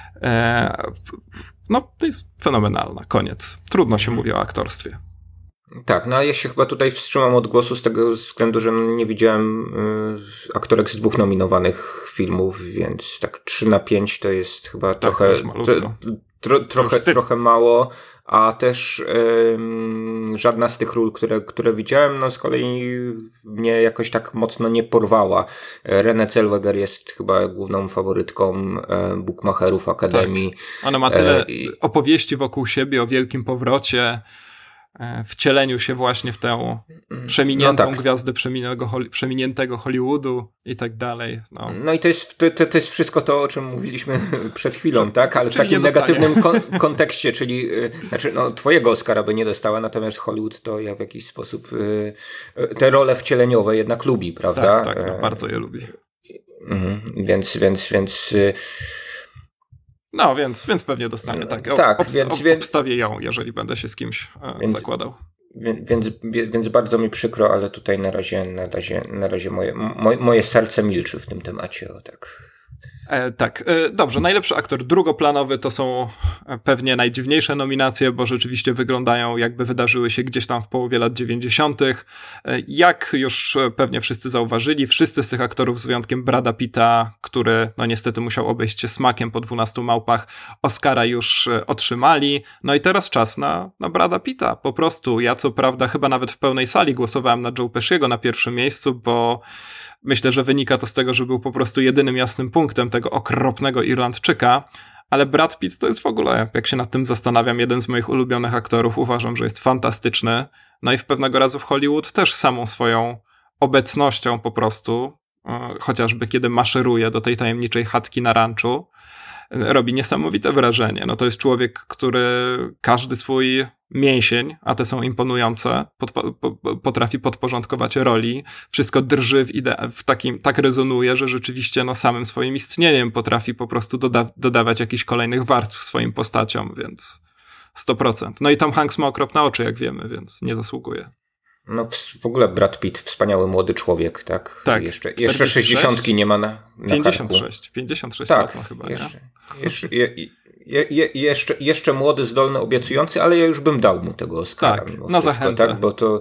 no to jest fenomenalna, koniec. Trudno się mówi o aktorstwie. Tak, no ja się chyba tutaj wstrzymam od głosu z tego względu, że nie widziałem aktorek z 2 nominowanych filmów, więc tak 3/5 to jest chyba tak, trochę... trochę mało, a też żadna z tych ról, które widziałem, no z kolei mnie jakoś tak mocno nie porwała. Renée Zellweger jest chyba główną faworytką bookmacherów Akademii. Tak. Ona ma tyle opowieści wokół siebie o wielkim powrocie, wcieleniu się właśnie w tę przeminiętą gwiazdę przeminiętego Hollywoodu i tak dalej. No i to jest wszystko to, o czym mówiliśmy przed chwilą, tak? Ale w takim negatywnym kontekście, czyli twojego Oscara by nie dostała, natomiast Hollywood to ja w jakiś sposób te role wcieleniowe jednak lubi, prawda? Tak, bardzo je lubi. Więc więc pewnie dostanie. Obstawię ją, jeżeli będę się z kimś zakładał. Więc bardzo mi przykro, ale tutaj na razie moje serce milczy w tym temacie. Dobrze. Najlepszy aktor drugoplanowy to są pewnie najdziwniejsze nominacje, bo rzeczywiście wyglądają jakby wydarzyły się gdzieś tam w połowie lat 90. Jak już pewnie wszyscy zauważyli, wszyscy z tych aktorów z wyjątkiem Brada Pitta, który niestety musiał obejść się smakiem po 12 małpach, Oscara już otrzymali. No i teraz czas na Brada Pitta. Po prostu ja co prawda chyba nawet w pełnej sali głosowałem na Joe Pesciego na pierwszym miejscu, bo myślę, że wynika to z tego, że był po prostu jedynym jasnym punktem tego okropnego Irlandczyka, ale Brad Pitt to jest w ogóle, jak się nad tym zastanawiam, jeden z moich ulubionych aktorów. Uważam, że jest fantastyczny. No i w pewnego razu w Hollywood też samą swoją obecnością po prostu, chociażby kiedy maszeruje do tej tajemniczej chatki na ranczu, robi niesamowite wrażenie. To jest człowiek, który każdy swój mięsień, a te są imponujące, potrafi podporządkować roli. Wszystko drży tak rezonuje, że rzeczywiście samym swoim istnieniem potrafi po prostu dodawać jakichś kolejnych warstw swoim postaciom, więc 100%. No i Tom Hanks ma okropne oczy, jak wiemy, więc nie zasługuje. W ogóle Brad Pitt, wspaniały młody człowiek, tak? Tak. Jeszcze 60 nie ma na 56 lat ma chyba, jeszcze młody, zdolny, obiecujący, ale ja już bym dał mu tego Oscara. Na zachętę. Tak, bo to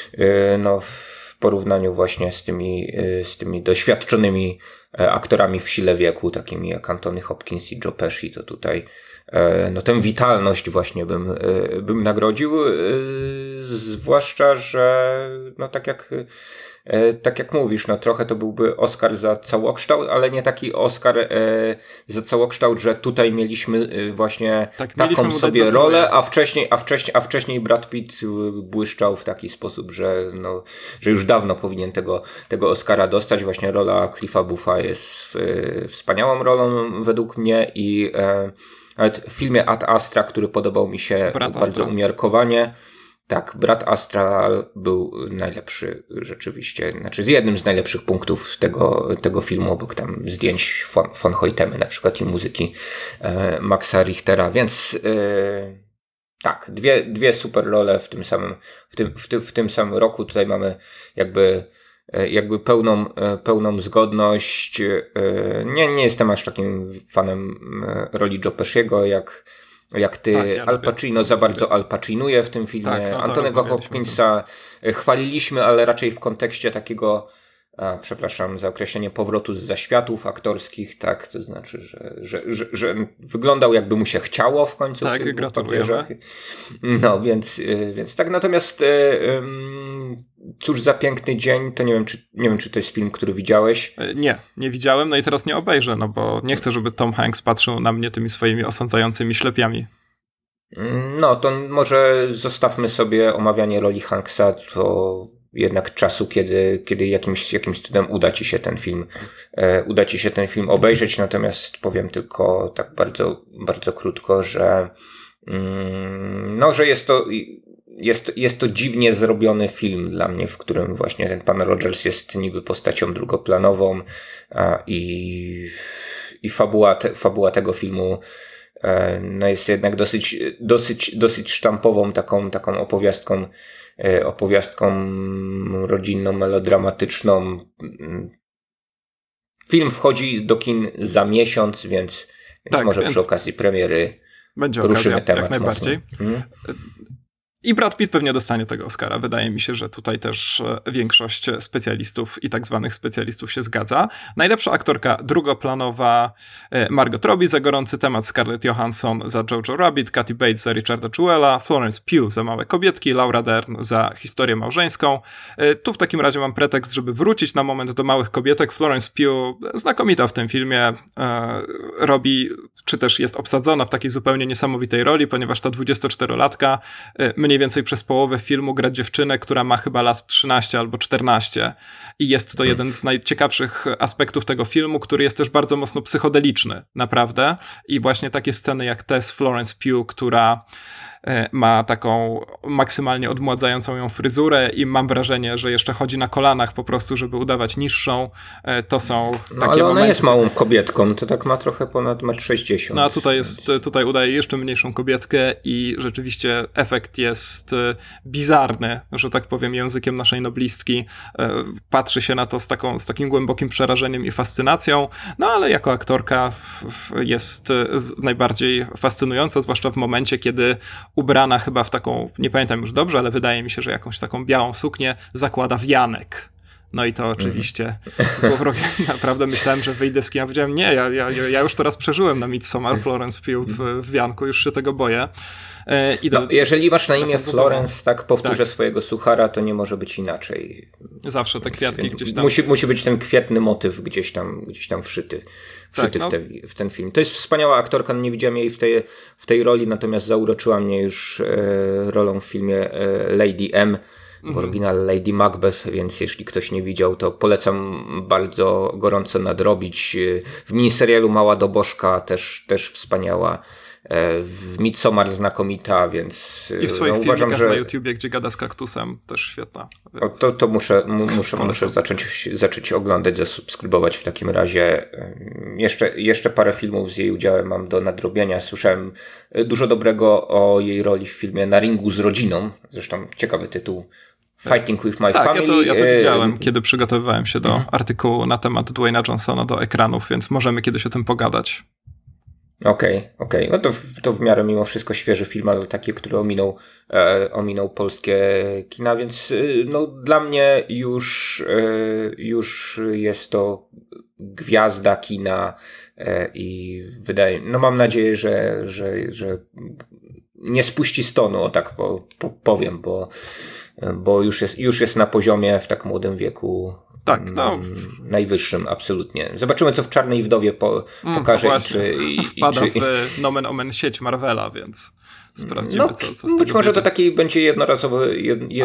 w porównaniu właśnie z tymi doświadczonymi aktorami w sile wieku, takimi jak Anthony Hopkins i Joe Pesci, to tutaj tę witalność właśnie bym nagrodził, zwłaszcza, że tak jak mówisz, trochę to byłby Oscar za całokształt, ale nie taki Oscar za całokształt, że tutaj mieliśmy właśnie taką sobie rolę, a wcześniej Brad Pitt błyszczał w taki sposób, że już dawno powinien tego Oscara dostać. Właśnie rola Cliffa Buffa jest wspaniałą rolą według mnie i nawet w filmie Ad Astra, który podobał mi się bardzo umiarkowanie. Tak, Brat Astral był najlepszy rzeczywiście, z jednym z najlepszych punktów tego filmu, obok tam zdjęć von Hoytemy na przykład i muzyki Maxa Richtera, więc tak, dwie super role w tym samym roku. Tutaj mamy jakby pełną zgodność. Nie jestem aż takim fanem roli Joe Pesciego jak ty. Ja Al Pacino za bardzo Al Pacinuje w tym filmie. Antonego Hopkinsa chwaliliśmy, ale raczej w kontekście takiego, przepraszam za określenie, powrotu z zaświatów aktorskich, tak, to znaczy, że wyglądał jakby mu się chciało w końcu w tych papieżach. Więc tak, natomiast cóż za piękny dzień, to nie wiem, czy to jest film, który widziałeś. Nie widziałem, i teraz nie obejrzę, bo nie chcę, żeby Tom Hanks patrzył na mnie tymi swoimi osądzającymi ślepiami. To może zostawmy sobie omawianie roli Hanksa do jednak czasu, kiedy jakimś cudem uda ci się ten film obejrzeć, natomiast powiem tylko tak bardzo, bardzo krótko, że że jest to dziwnie zrobiony film dla mnie, w którym właśnie ten pan Rogers jest niby postacią drugoplanową i fabuła tego filmu jest jednak dosyć sztampową taką opowiastką rodzinną, melodramatyczną. Film wchodzi do kin za miesiąc, więc może przy okazji premiery będzie ruszymy okazja, temat jak najbardziej. I Brad Pitt pewnie dostanie tego Oscara. Wydaje mi się, że tutaj też większość specjalistów i tak zwanych specjalistów się zgadza. Najlepsza aktorka drugoplanowa Margot Robbie za Gorący temat, Scarlett Johansson za Jojo Rabbit, Kathy Bates za Richarda Jewella, Florence Pugh za Małe kobietki, Laura Dern za Historię małżeńską. Tu w takim razie mam pretekst, żeby wrócić na moment do Małych kobietek. Florence Pugh znakomita w tym filmie, robi, czy też jest obsadzona w takiej zupełnie niesamowitej roli, ponieważ ta 24-latka mniej więcej przez połowę filmu gra dziewczynę, która ma chyba lat 13 albo 14 i jest to jeden z najciekawszych aspektów tego filmu, który jest też bardzo mocno psychodeliczny, naprawdę. I właśnie takie sceny jak te z Florence Pugh, która ma taką maksymalnie odmładzającą ją fryzurę i mam wrażenie, że jeszcze chodzi na kolanach po prostu, żeby udawać niższą. To są takie ale ona momenty. Jest małą kobietką, to tak ma trochę ponad 1,60 m. No a tutaj udaje jeszcze mniejszą kobietkę i rzeczywiście efekt jest bizarny, że tak powiem językiem naszej noblistki. Patrzy się na to z takim głębokim przerażeniem i fascynacją, no ale jako aktorka jest najbardziej fascynująca, zwłaszcza w momencie, kiedy ubrana chyba w taką, nie pamiętam już dobrze, ale wydaje mi się, że jakąś taką białą suknię zakłada wianek. No i to oczywiście złowrogie. Naprawdę myślałem, że wyjdę z kina. Powiedziałem, nie, ja już to raz przeżyłem na Midsommar Florence Pugh w wianku, już się tego boję. Jeżeli masz na imię Florence, tak powtórzę swojego suchara, to nie może być inaczej. Zawsze te kwiatki gdzieś tam. Musi być ten kwietny motyw gdzieś tam wszyty w ten film. To jest wspaniała aktorka, nie widziałem jej w tej roli, natomiast zauroczyła mnie już rolą w filmie Lady M, w oryginale Lady Macbeth, więc jeśli ktoś nie widział, to polecam bardzo gorąco nadrobić. W miniserialu Mała Dobożka też wspaniała. W Midsommar znakomita, więc i w swoich filmikach na YouTubie, gdzie gada z kaktusem, też świetna. Więc... To muszę zacząć oglądać, zasubskrybować w takim razie. Jeszcze parę filmów z jej udziałem mam do nadrobienia. Słyszałem dużo dobrego o jej roli w filmie Na ringu z rodziną. Zresztą ciekawy tytuł. Fighting with my family. Ja to widziałem, kiedy przygotowywałem się do artykułu na temat Dwayna Johnsona do ekranów, więc możemy kiedyś o tym pogadać. Okej. No to w miarę mimo wszystko świeży film, ale taki, który ominął polskie kina, więc no dla mnie już jest to gwiazda kina i mam nadzieję, że nie spuści stonu, o tak powiem, bo już jest na poziomie w tak młodym wieku. Tak, najwyższym, absolutnie. Zobaczymy, co w Czarnej Wdowie pokaże. Wpada w nomen omen sieć Marvela, więc sprawdzimy, co z tego być może to taki będzie jednorazowy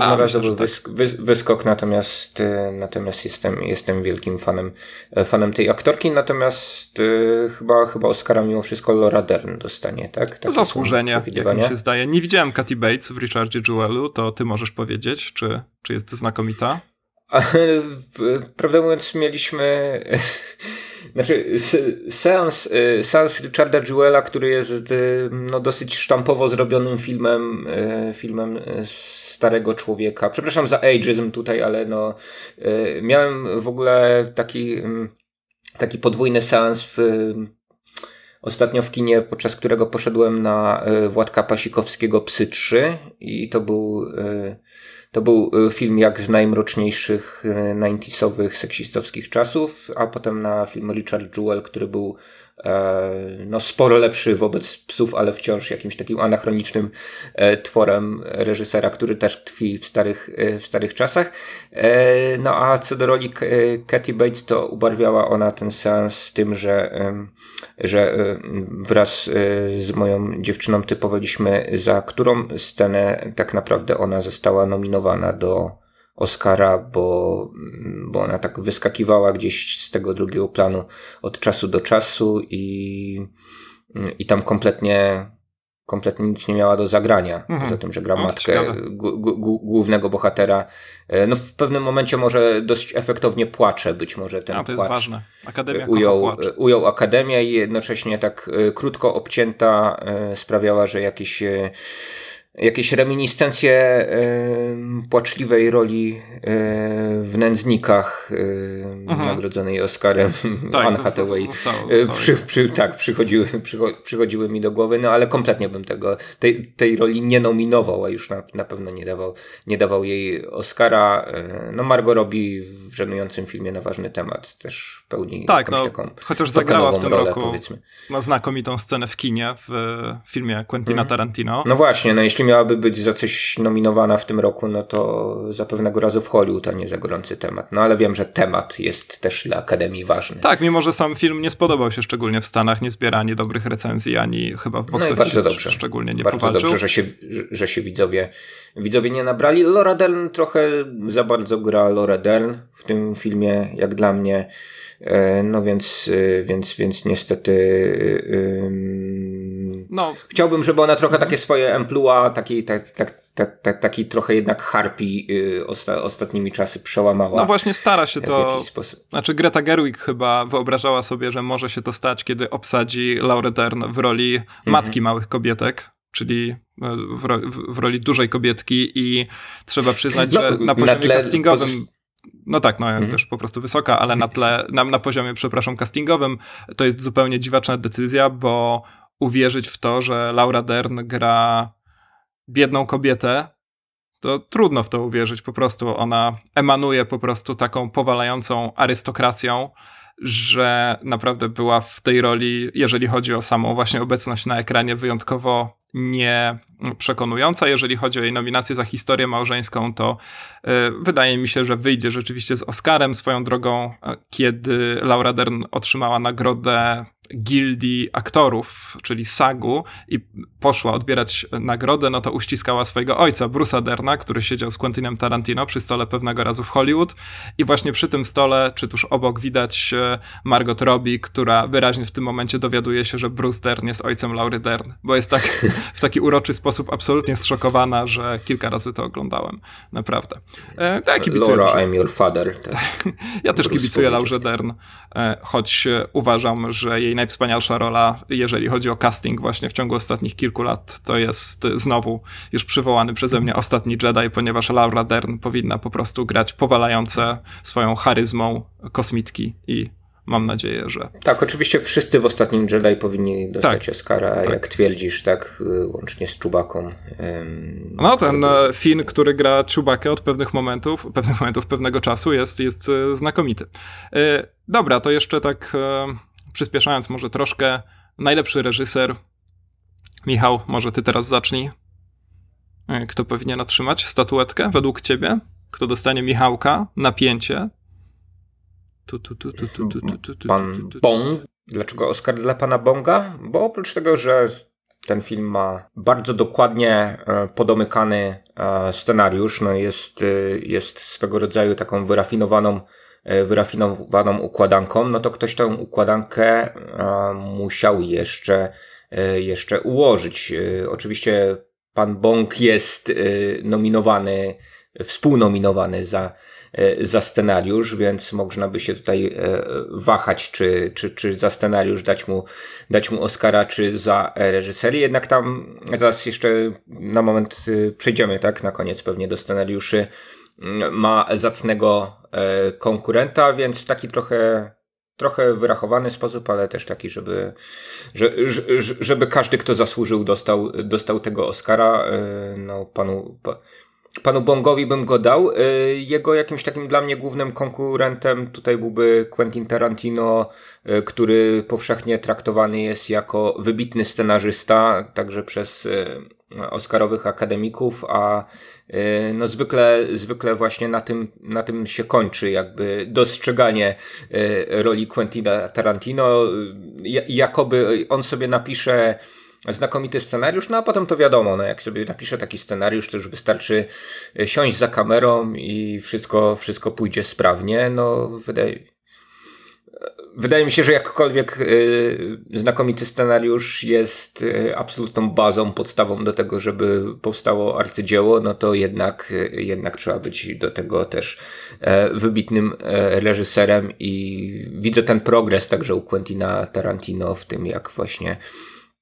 wyskok, natomiast jestem wielkim fanem tej aktorki, natomiast chyba Oscara mimo wszystko Laura Dern dostanie, tak? Zasłużenie, jak mi się zdaje. Nie widziałem Kathy Bates w Richardzie Jewellu, to ty możesz powiedzieć, czy jest znakomita? Prawdę mówiąc, mieliśmy seans Richarda Jewella, który jest dosyć sztampowo zrobionym filmem starego człowieka. Przepraszam za ageism tutaj, ale miałem w ogóle taki podwójny seans ostatnio w kinie, podczas którego poszedłem na Władka Pasikowskiego Psy 3 i to był film jak z najmroczniejszych 90sowych seksistowskich czasów, a potem na film Richard Jewell, który był sporo lepszy wobec psów, ale wciąż jakimś takim anachronicznym tworem reżysera, który też tkwi w starych czasach. A co do roli Kathy Bates, to ubarwiała ona ten seans tym, że wraz z moją dziewczyną typowaliśmy, za którą scenę tak naprawdę ona została nominowana do Oscara, bo ona tak wyskakiwała gdzieś z tego drugiego planu od czasu do czasu i tam kompletnie nic nie miała do zagrania. Poza tym, że gra matkę głównego bohatera. W pewnym momencie może dość efektownie płacze. Być może ten to płacz jest ważne. Akademia ujął Akademię i jednocześnie tak krótko obcięta sprawiała, że jakieś jakieś reminiscencje płaczliwej roli w Nędznikach nagrodzonej Oscarem Anne Hathaway. Przychodziły mi do głowy, no ale kompletnie bym tej roli nie nominował, a już na pewno nie dawał jej Oscara. No Margot Robbie w żenującym filmie na ważny temat też pełni taką chociaż zagrała w tym rolę, roku powiedzmy. Ma znakomitą scenę w kinie w filmie Quentina Tarantino. No właśnie, no jeśli miałaby być za coś nominowana w tym roku, no to za pewnego razu w Hollywood, a nie za gorący temat. No ale wiem, że temat jest też dla Akademii ważny. Tak, mimo że sam film nie spodobał się szczególnie w Stanach, nie zbiera ani dobrych recenzji, ani chyba w box office szczególnie nie powalczył. Bardzo dobrze, że się widzowie nie nabrali. Laura Dern trochę za bardzo gra Laura Dern w tym filmie, jak dla mnie. No więc niestety chciałbym, żeby ona trochę takie swoje emploi, taki trochę jednak harpi ostatnimi czasy przełamała. No właśnie stara się to. W jakiś sposób. Znaczy Greta Gerwig chyba wyobrażała sobie, że może się to stać, kiedy obsadzi Laurę Dern w roli matki małych kobietek, czyli w roli dużej kobietki i trzeba przyznać, że na poziomie castingowym no tak, jest też po prostu wysoka, ale na poziomie, castingowym to jest zupełnie dziwaczna decyzja, bo uwierzyć w to, że Laura Dern gra biedną kobietę, to trudno w to uwierzyć. Po prostu ona emanuje po prostu taką powalającą arystokracją, że naprawdę była w tej roli, jeżeli chodzi o samą właśnie obecność na ekranie, wyjątkowo nie przekonująca. Jeżeli chodzi o jej nominację za historię małżeńską, to wydaje mi się, że wyjdzie rzeczywiście z Oscarem. Swoją drogą, kiedy Laura Dern otrzymała nagrodę Gildii Aktorów, czyli SAG-u i poszła odbierać nagrodę, no to uściskała swojego ojca, Bruce'a Derna, który siedział z Quentinem Tarantino przy stole pewnego razu w Hollywood i właśnie przy tym stole, czy tuż obok widać Margot Robbie, która wyraźnie w tym momencie dowiaduje się, że Bruce Dern jest ojcem Laury Dern, bo jest w taki uroczy sposób absolutnie zszokowana, że kilka razy to oglądałem. Naprawdę. Tak, Laura, I'm your father. Tak. Ja też kibicuję Laurze Dern, choć uważam, że jej najwspanialsza rola, jeżeli chodzi o casting właśnie w ciągu ostatnich kilku lat, to jest znowu już przywołany przeze mnie Ostatni Jedi, ponieważ Laura Dern powinna po prostu grać powalające swoją charyzmą kosmitki i mam nadzieję, że... Tak, oczywiście wszyscy w Ostatnim Jedi powinni dostać Oscara, jak twierdzisz, tak, łącznie z Chewbacą. No, ten Finn, który gra Chewbacę od pewnego czasu jest znakomity. Dobra, to jeszcze tak przyspieszając może troszkę, najlepszy reżyser. Michał, może ty teraz zacznij. Kto powinien otrzymać statuetkę według ciebie? Kto dostanie Michałka? Napięcie. Pan Bong. Dlaczego Oscar dla pana Bonga? Bo oprócz tego, że ten film ma bardzo dokładnie podomykany scenariusz, no jest swego rodzaju taką wyrafinowaną układanką, no to ktoś tę układankę musiał jeszcze ułożyć. Oczywiście pan Bong jest współnominowany za scenariusz, więc można by się tutaj wahać, czy za scenariusz dać mu Oscara, czy za reżyserię. Jednak tam zaraz jeszcze na moment przejdziemy, tak, na koniec pewnie do scenariuszy. Ma zacnego konkurenta, więc w taki trochę wyrachowany sposób, ale też taki, żeby każdy, kto zasłużył, dostał tego Oscara. No, panu Bongowi bym go dał. Jego jakimś takim dla mnie głównym konkurentem tutaj byłby Quentin Tarantino, który powszechnie traktowany jest jako wybitny scenarzysta, także przez oscarowych akademików, a no zwykle właśnie na tym się kończy jakby dostrzeganie roli Quentina Tarantino. Jakoby on sobie napisze znakomity scenariusz, no a potem to wiadomo, no jak sobie napisze taki scenariusz, to już wystarczy siąść za kamerą i wszystko pójdzie sprawnie. No wydaje mi się, że jakkolwiek znakomity scenariusz jest absolutną bazą, podstawą do tego, żeby powstało arcydzieło, no to jednak trzeba być do tego też wybitnym reżyserem i widzę ten progres także u Quentina Tarantino w tym, jak właśnie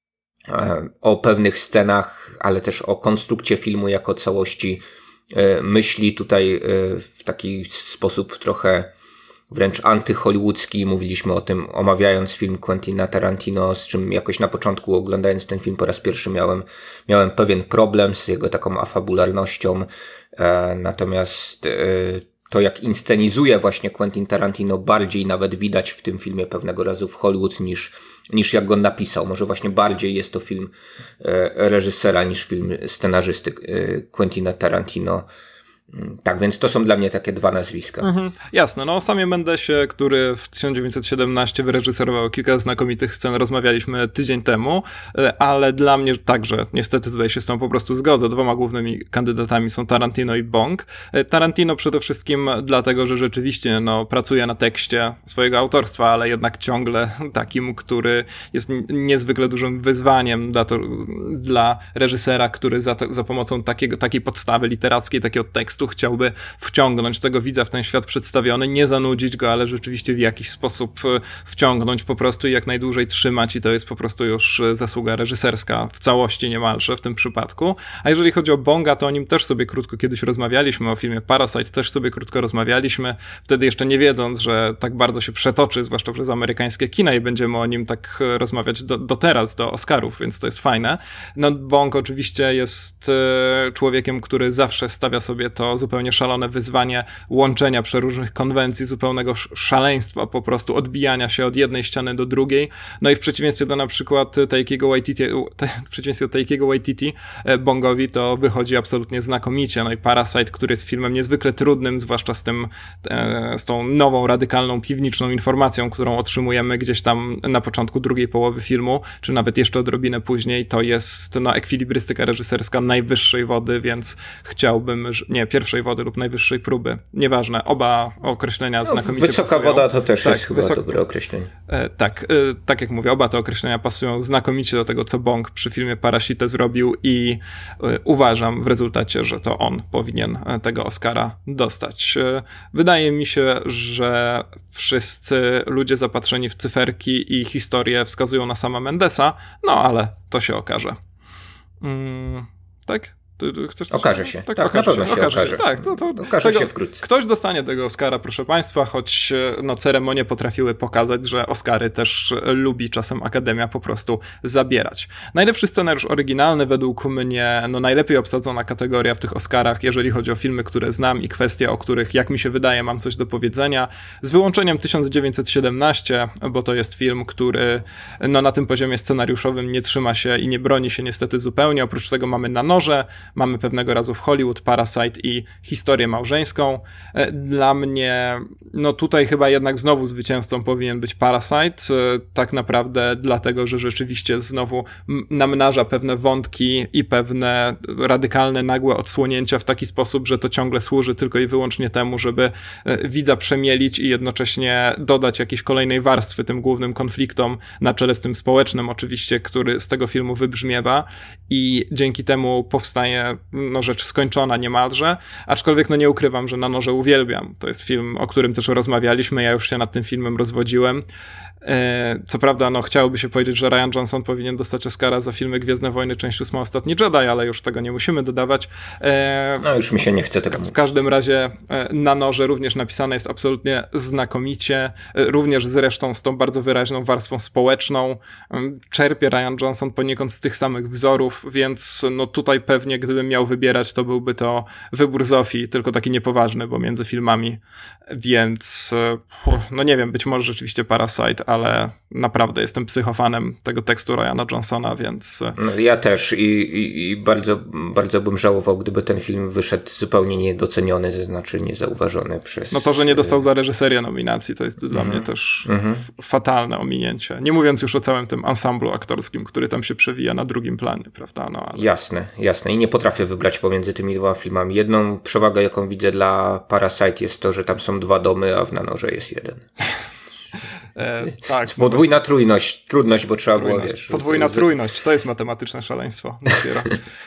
o pewnych scenach, ale też o konstrukcie filmu jako całości myśli tutaj w taki sposób trochę wręcz antyhollywoodzki. Mówiliśmy o tym, omawiając film Quentina Tarantino, z czym jakoś na początku, oglądając ten film po raz pierwszy, miałem pewien problem z jego taką afabularnością. Natomiast to, jak inscenizuje właśnie Quentin Tarantino, bardziej nawet widać w tym filmie pewnego razu w Hollywood niż jak go napisał. Może właśnie bardziej jest to film reżysera niż film scenarzysty Quentina Tarantino. Tak, więc to są dla mnie takie dwa nazwiska. Jasne, no o samie Mendesie, który w 1917 wyreżyserował kilka znakomitych scen, rozmawialiśmy tydzień temu, ale dla mnie także, niestety tutaj się z tą po prostu zgodzę, dwoma głównymi kandydatami są Tarantino i Bong. Tarantino przede wszystkim dlatego, że rzeczywiście pracuje na tekście swojego autorstwa, ale jednak ciągle takim, który jest niezwykle dużym wyzwaniem dla reżysera, który za pomocą takiej podstawy literackiej, takiego tekstu chciałby wciągnąć tego widza w ten świat przedstawiony, nie zanudzić go, ale rzeczywiście w jakiś sposób wciągnąć po prostu i jak najdłużej trzymać, i to jest po prostu już zasługa reżyserska w całości niemalże w tym przypadku. A jeżeli chodzi o Bonga, to o nim też sobie krótko kiedyś rozmawialiśmy, o filmie Parasite też sobie krótko rozmawialiśmy, wtedy jeszcze nie wiedząc, że tak bardzo się przetoczy, zwłaszcza przez amerykańskie kina, i będziemy o nim tak rozmawiać do teraz, do Oscarów, więc to jest fajne. Bong oczywiście jest człowiekiem, który zawsze stawia sobie to zupełnie szalone wyzwanie łączenia przeróżnych konwencji, zupełnego szaleństwa, po prostu odbijania się od jednej ściany do drugiej. No i w przeciwieństwie do na przykład Taikiego Waititi, Bongowi to wychodzi absolutnie znakomicie. No i Parasite, który jest filmem niezwykle trudnym, zwłaszcza z tą nową, radykalną, piwniczą informacją, którą otrzymujemy gdzieś tam na początku drugiej połowy filmu, czy nawet jeszcze odrobinę później, to jest ekwilibrystyka reżyserska najwyższej wody, więc chciałbym, pierwszej wody lub najwyższej próby. Nieważne, oba określenia znakomicie wysoka pasują. Woda to też jest chyba dobre określenie. Tak jak mówię, oba te określenia pasują znakomicie do tego, co Bong przy filmie Parasite zrobił, i uważam w rezultacie, że to on powinien tego Oscara dostać. Wydaje mi się, że wszyscy ludzie zapatrzeni w cyferki i historię wskazują na sama Mendesa, ale to się okaże. Tak? Okaże się. Tak, na pewno się okaże. Tak, okaże się wkrótce. Ktoś dostanie tego Oscara, proszę państwa, choć ceremonie potrafiły pokazać, że Oscary też lubi czasem Akademia po prostu zabierać. Najlepszy scenariusz oryginalny według mnie, najlepiej obsadzona kategoria w tych Oscarach, jeżeli chodzi o filmy, które znam i kwestie, o których, jak mi się wydaje, mam coś do powiedzenia. Z wyłączeniem 1917, bo to jest film, który na tym poziomie scenariuszowym nie trzyma się i nie broni się niestety zupełnie. Oprócz tego mamy Na noże, mamy pewnego razu w Hollywood, Parasite i Historię małżeńską. Dla mnie, tutaj chyba jednak znowu zwycięzcą powinien być Parasite, tak naprawdę dlatego, że rzeczywiście znowu namnaża pewne wątki i pewne radykalne, nagłe odsłonięcia w taki sposób, że to ciągle służy tylko i wyłącznie temu, żeby widza przemielić i jednocześnie dodać jakiejś kolejnej warstwy tym głównym konfliktom, na czele z tym społecznym oczywiście, który z tego filmu wybrzmiewa, i dzięki temu powstaje rzecz skończona niemalże, aczkolwiek nie ukrywam, że Na noże uwielbiam. To jest film, o którym też rozmawialiśmy, ja już się nad tym filmem rozwodziłem. Co prawda, chciałoby się powiedzieć, że Rian Johnson powinien dostać Oscara za filmy Gwiezdne Wojny, część 8, Ostatni Jedi, ale już tego nie musimy dodawać. Już mi się nie chce tego mówić. W każdym razie Na noże również napisane jest absolutnie znakomicie, również zresztą z tą bardzo wyraźną warstwą społeczną. Czerpie Rian Johnson poniekąd z tych samych wzorów, więc tutaj pewnie, gdybym miał wybierać, to byłby to wybór Zofii, tylko taki niepoważny, bo między filmami, więc nie wiem, być może rzeczywiście Parasite, ale naprawdę jestem psychofanem tego tekstu Ryana Johnsona, więc... Ja też i bardzo, bardzo bym żałował, gdyby ten film wyszedł zupełnie niedoceniony, to znaczy niezauważony przez... To, że nie dostał za reżyserię nominacji, to jest dla mnie też fatalne ominięcie. Nie mówiąc już o całym tym ansamblu aktorskim, który tam się przewija na drugim planie, prawda? Ale... Jasne. I nie potrafię wybrać pomiędzy tymi dwoma filmami. Jedną przewagę, jaką widzę dla Parasite, jest to, że tam są 2 domy, a w Na noże jest 1. Tak. Podwójna trudność, bo trzeba było, wiesz... Podwójna trójność, to jest matematyczne szaleństwo dopiero.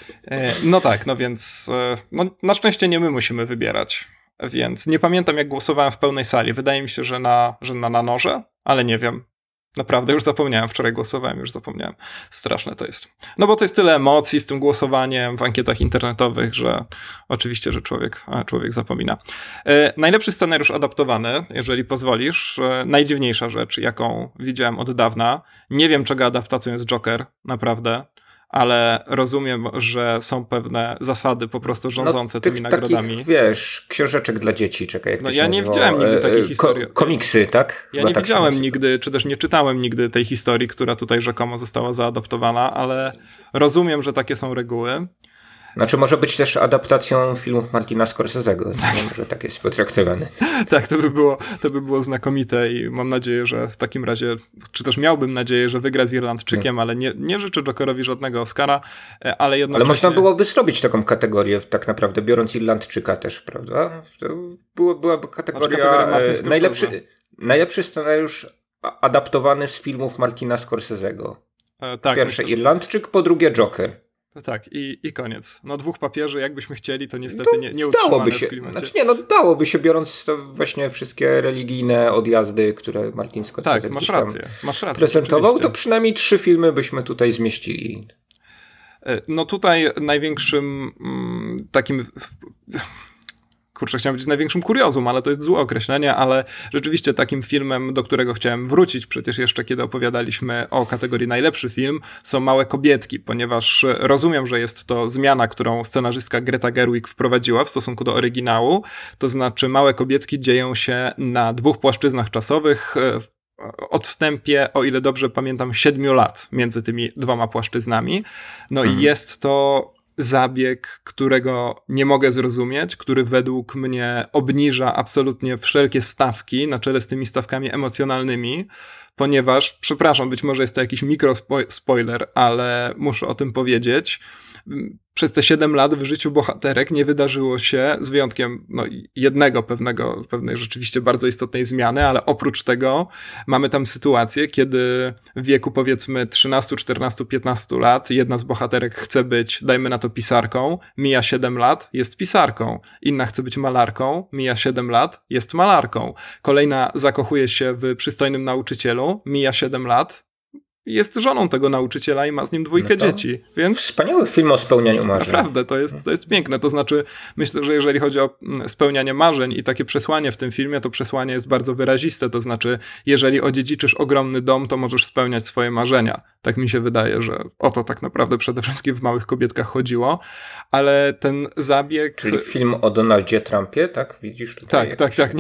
Więc na szczęście nie my musimy wybierać, więc nie pamiętam, jak głosowałem w pełnej sali. Wydaje mi się, że na noże, ale nie wiem. Naprawdę, już zapomniałem. Wczoraj głosowałem, już zapomniałem. Straszne to jest. No bo to jest tyle emocji z tym głosowaniem w ankietach internetowych, że oczywiście, że człowiek zapomina. Najlepszy scenariusz adaptowany, jeżeli pozwolisz. Najdziwniejsza rzecz, jaką widziałem od dawna. Nie wiem, czego adaptacją jest Joker, naprawdę. Ale rozumiem, że są pewne zasady po prostu rządzące tymi nagrodami. Takich, wiesz, książeczek dla dzieci, czekaj, jak to się ja nie widziałem nigdy takiej historii. Komiksy, tak? Ja nie widziałem nigdy, czy też nie czytałem nigdy tej historii, która tutaj rzekomo została zaadoptowana, ale rozumiem, że takie są reguły. Znaczy może być też adaptacją filmów Martina Scorsese'ego, może tak jest potraktowany. Tak, to by było znakomite i mam nadzieję, że w takim razie, czy też miałbym nadzieję, że wygra z Irlandczykiem, ale nie życzę Jokerowi żadnego Oscara, ale jednocześnie... Ale można byłoby zrobić taką kategorię, tak naprawdę, biorąc Irlandczyka też, prawda? To byłaby kategoria najlepszy scenariusz adaptowany z filmów Martina Scorsese'ego. Tak, pierwsze Irlandczyk, po drugie Joker. Tak, i koniec. No 2 papieży, jakbyśmy chcieli, to niestety nie utrzymane w klimacie. Znaczy dałoby się, biorąc to właśnie wszystkie religijne odjazdy, które Martin Scorsese tak, masz rację, prezentował, oczywiście. To przynajmniej 3 filmy byśmy tutaj zmieścili. No tutaj największym takim... Kurczę, chciałem być największym kuriozum, ale to jest złe określenie, ale rzeczywiście takim filmem, do którego chciałem wrócić, przecież jeszcze kiedy opowiadaliśmy o kategorii najlepszy film, są Małe kobietki, ponieważ rozumiem, że jest to zmiana, którą scenarzystka Greta Gerwig wprowadziła w stosunku do oryginału, to znaczy Małe kobietki dzieją się na 2 płaszczyznach czasowych, odstępie, o ile dobrze pamiętam, 7 lat między tymi 2 płaszczyznami. No i jest to zabieg, którego nie mogę zrozumieć, który według mnie obniża absolutnie wszelkie stawki, na czele z tymi stawkami emocjonalnymi, ponieważ, przepraszam, być może jest to jakiś mikrospoiler, ale muszę o tym powiedzieć, przez te 7 lat w życiu bohaterek nie wydarzyło się, z wyjątkiem pewnej rzeczywiście bardzo istotnej zmiany, ale oprócz tego mamy tam sytuację, kiedy w wieku powiedzmy 13, 14, 15 lat jedna z bohaterek chce być, dajmy na to, pisarką, mija 7 lat, jest pisarką. Inna chce być malarką, mija 7 lat, jest malarką. Kolejna zakochuje się w przystojnym nauczycielu, mija 7 lat, jest żoną tego nauczyciela i ma z nim 2 dzieci. Więc wspaniały film o spełnianiu marzeń. Naprawdę, to jest piękne. To znaczy, myślę, że jeżeli chodzi o spełnianie marzeń i takie przesłanie w tym filmie, to przesłanie jest bardzo wyraziste. To znaczy, jeżeli odziedziczysz ogromny dom, to możesz spełniać swoje marzenia. Tak mi się wydaje, że o to tak naprawdę przede wszystkim w Małych kobietkach chodziło. Ale ten zabieg... Czyli film o Donaldzie Trumpie, tak? Widzisz tutaj? Tak.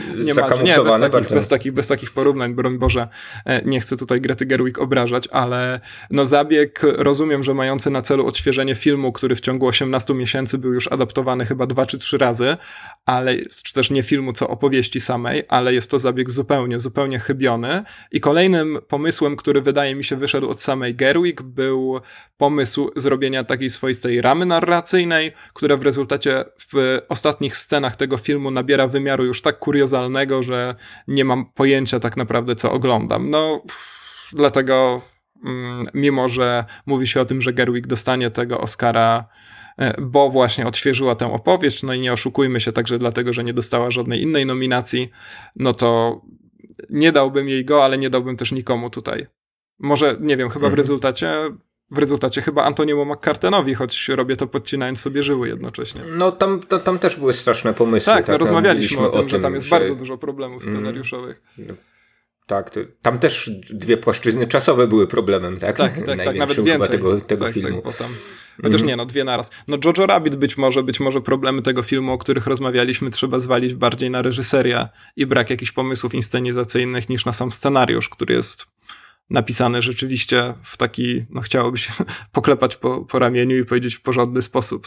Bez takich porównań, broń Boże. Nie chcę tutaj Grety Gerwig obrażać, ale no zabieg, rozumiem, że mający na celu odświeżenie filmu, który w ciągu 18 miesięcy był już adaptowany chyba 2 czy 3 razy, czy też nie filmu, co opowieści samej, ale jest to zabieg zupełnie chybiony. I kolejnym pomysłem, który wydaje mi się wyszedł od samej Gerwig, był pomysł zrobienia takiej swoistej ramy narracyjnej, która w rezultacie w ostatnich scenach tego filmu nabiera wymiaru już tak kuriozalnego, że nie mam pojęcia tak naprawdę, co oglądam. Dlatego, mimo że mówi się o tym, że Gerwig dostanie tego Oscara, bo właśnie odświeżyła tę opowieść, no i nie oszukujmy się także dlatego, że nie dostała żadnej innej nominacji, no to nie dałbym jej go, ale nie dałbym też nikomu tutaj. Może, nie wiem, chyba w rezultacie chyba Antoniemu McCartenowi, choć robię to podcinając sobie żyły jednocześnie. No tam też były straszne pomysły. Tak, rozmawialiśmy o tym, że tam jest bardzo dużo problemów scenariuszowych. Tak, tam też 2 płaszczyzny czasowe były problemem, tak? Tak, nawet więcej. Tego filmu. Tak, potem. Chociaż nie, 2 naraz. Jojo Rabbit być może problemy tego filmu, o których rozmawialiśmy, trzeba zwalić bardziej na reżyserię i brak jakichś pomysłów inscenizacyjnych niż na sam scenariusz, który jest napisany rzeczywiście w taki, chciałoby się poklepać po ramieniu i powiedzieć w porządny sposób,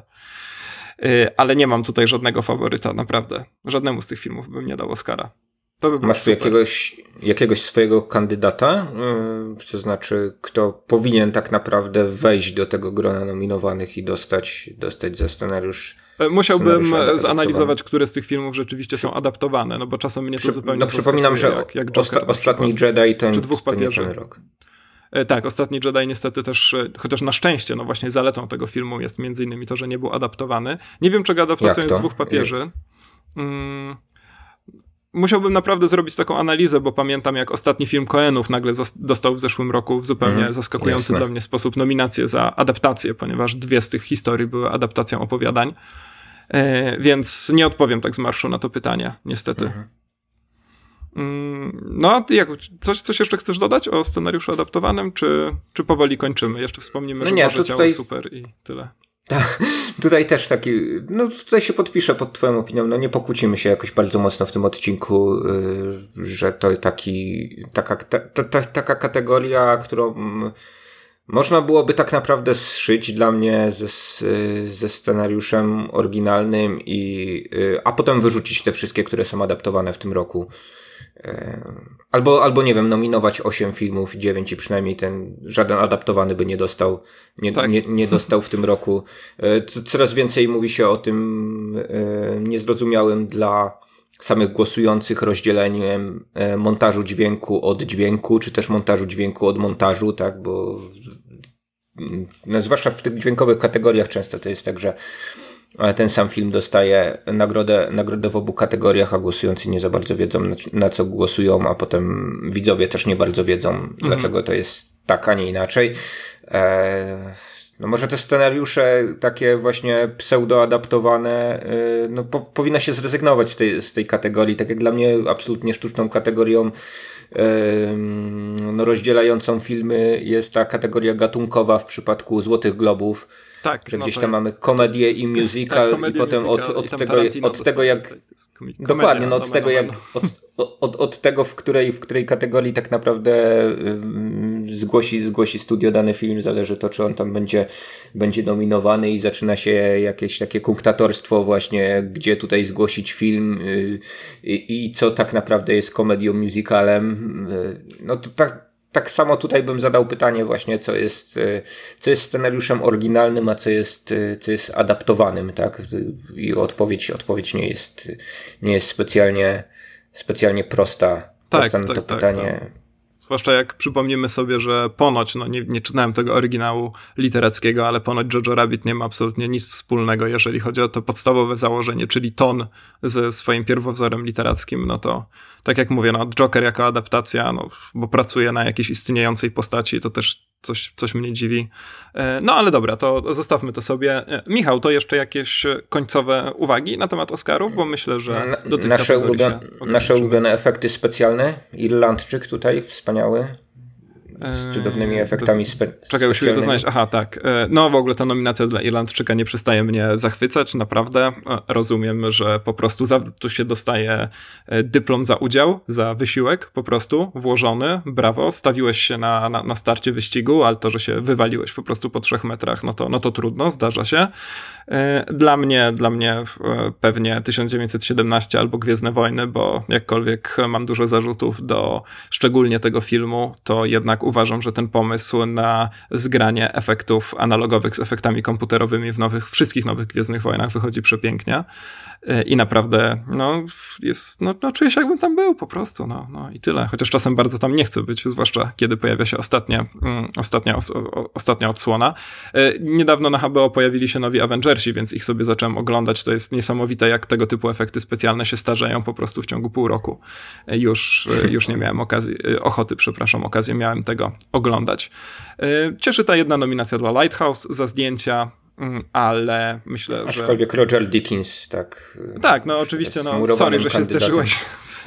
ale nie mam tutaj żadnego faworyta, naprawdę. Żadnemu z tych filmów bym nie dał Oscara. To by było Masz tu jakiegoś swojego kandydata? To znaczy, kto powinien tak naprawdę wejść do tego grona nominowanych i dostać za scenariusz? Musiałbym zanalizować, które z tych filmów rzeczywiście są adaptowane, bo czasem mnie to zupełnie przypominam, że jak Joker, Ostatni Jedi czy 2 papieży. To nie ten rok. Tak, Ostatni Jedi niestety też, chociaż na szczęście, właśnie zaletą tego filmu jest między innymi to, że nie był adaptowany. Nie wiem, czego adaptacją jest 2 papieży. musiałbym naprawdę zrobić taką analizę, bo pamiętam, jak ostatni film Coenów nagle dostał w zeszłym roku w zupełnie zaskakujący dla mnie sposób nominację za adaptację, ponieważ 2 z tych historii były adaptacją opowiadań. Więc nie odpowiem tak z marszu na to pytanie, niestety. No a ty coś jeszcze chcesz dodać o scenariuszu adaptowanym, czy powoli kończymy? Jeszcze wspomnimy, że Boże Ciało super i tyle. Tutaj też taki, tutaj się podpiszę pod twoją opinią, nie pokłócimy się jakoś bardzo mocno w tym odcinku, że to taka kategoria, którą można byłoby tak naprawdę zszyć dla mnie ze scenariuszem oryginalnym a potem wyrzucić te wszystkie, które są adaptowane w tym roku. Albo nie wiem, nominować 8 filmów, 9 i przynajmniej żaden adaptowany by nie dostał, nie dostał w tym roku. Coraz więcej mówi się o tym niezrozumiałym dla samych głosujących rozdzieleniem montażu dźwięku od dźwięku, czy też montażu dźwięku od montażu, tak, bo zwłaszcza w tych dźwiękowych kategoriach często to jest tak, że ten sam film dostaje nagrodę w obu kategoriach, a głosujący nie za bardzo wiedzą, na co głosują, a potem widzowie też nie bardzo wiedzą, dlaczego to jest tak, a nie inaczej. Może te scenariusze takie właśnie pseudo-adaptowane, powinno się zrezygnować z tej kategorii. Tak jak dla mnie absolutnie sztuczną kategorią rozdzielającą filmy jest ta kategoria gatunkowa w przypadku Złotych Globów. Tak, że gdzieś tam mamy komedię i musical, i potem od tego jak dokładnie, od tego w której kategorii tak naprawdę zgłosi studio dany film, zależy to, czy on tam będzie nominowany, i zaczyna się jakieś takie kunktatorstwo właśnie, gdzie tutaj zgłosić film i co tak naprawdę jest komedią, musicalem. To tak samo tutaj bym zadał pytanie właśnie, co jest scenariuszem oryginalnym, a co jest adaptowanym, tak? I odpowiedź nie jest specjalnie prosta na to pytanie. Tak. Zwłaszcza jak przypomnimy sobie, że ponoć, nie czytałem tego oryginału literackiego, ale ponoć Jojo Rabbit nie ma absolutnie nic wspólnego, jeżeli chodzi o to podstawowe założenie, czyli ton ze swoim pierwowzorem literackim, to tak jak mówię, Joker jako adaptacja, bo pracuje na jakiejś istniejącej postaci, to też coś mnie dziwi. Ale dobra, to zostawmy to sobie. Michał, to jeszcze jakieś końcowe uwagi na temat Oscarów, bo myślę, że do tych nasze ulubione efekty specjalne. Irlandczyk tutaj, wspaniały. Z cudownymi efektami specjalnymi. Czekaj, usiłuję to znaleźć. Aha, tak. W ogóle ta nominacja dla Irlandczyka nie przestaje mnie zachwycać, naprawdę. Rozumiem, że po prostu tu się dostaje dyplom za udział, za wysiłek po prostu włożony. Brawo, stawiłeś się na starcie wyścigu, ale to, że się wywaliłeś po prostu po 3 metrach, to trudno, zdarza się. Dla mnie pewnie 1917 albo Gwiezdne Wojny, bo jakkolwiek mam dużo zarzutów do szczególnie tego filmu, to jednak uważam, że ten pomysł na zgranie efektów analogowych z efektami komputerowymi w wszystkich nowych Gwiezdnych Wojnach wychodzi przepięknie i naprawdę czuję się, jakbym tam był po prostu, i tyle. Chociaż czasem bardzo tam nie chcę być, zwłaszcza kiedy pojawia się ostatnia odsłona. Niedawno na HBO pojawili się nowi Avengersi, więc ich sobie zacząłem oglądać. To jest niesamowite, jak tego typu efekty specjalne się starzeją po prostu w ciągu pół roku. Już nie miałem okazję miałem tego oglądać. Cieszy ta jedna nominacja dla Lighthouse za zdjęcia, ale myślę, że... Aczkolwiek Roger Deakins, tak... Tak, oczywiście, sorry, że się zderzyłeś z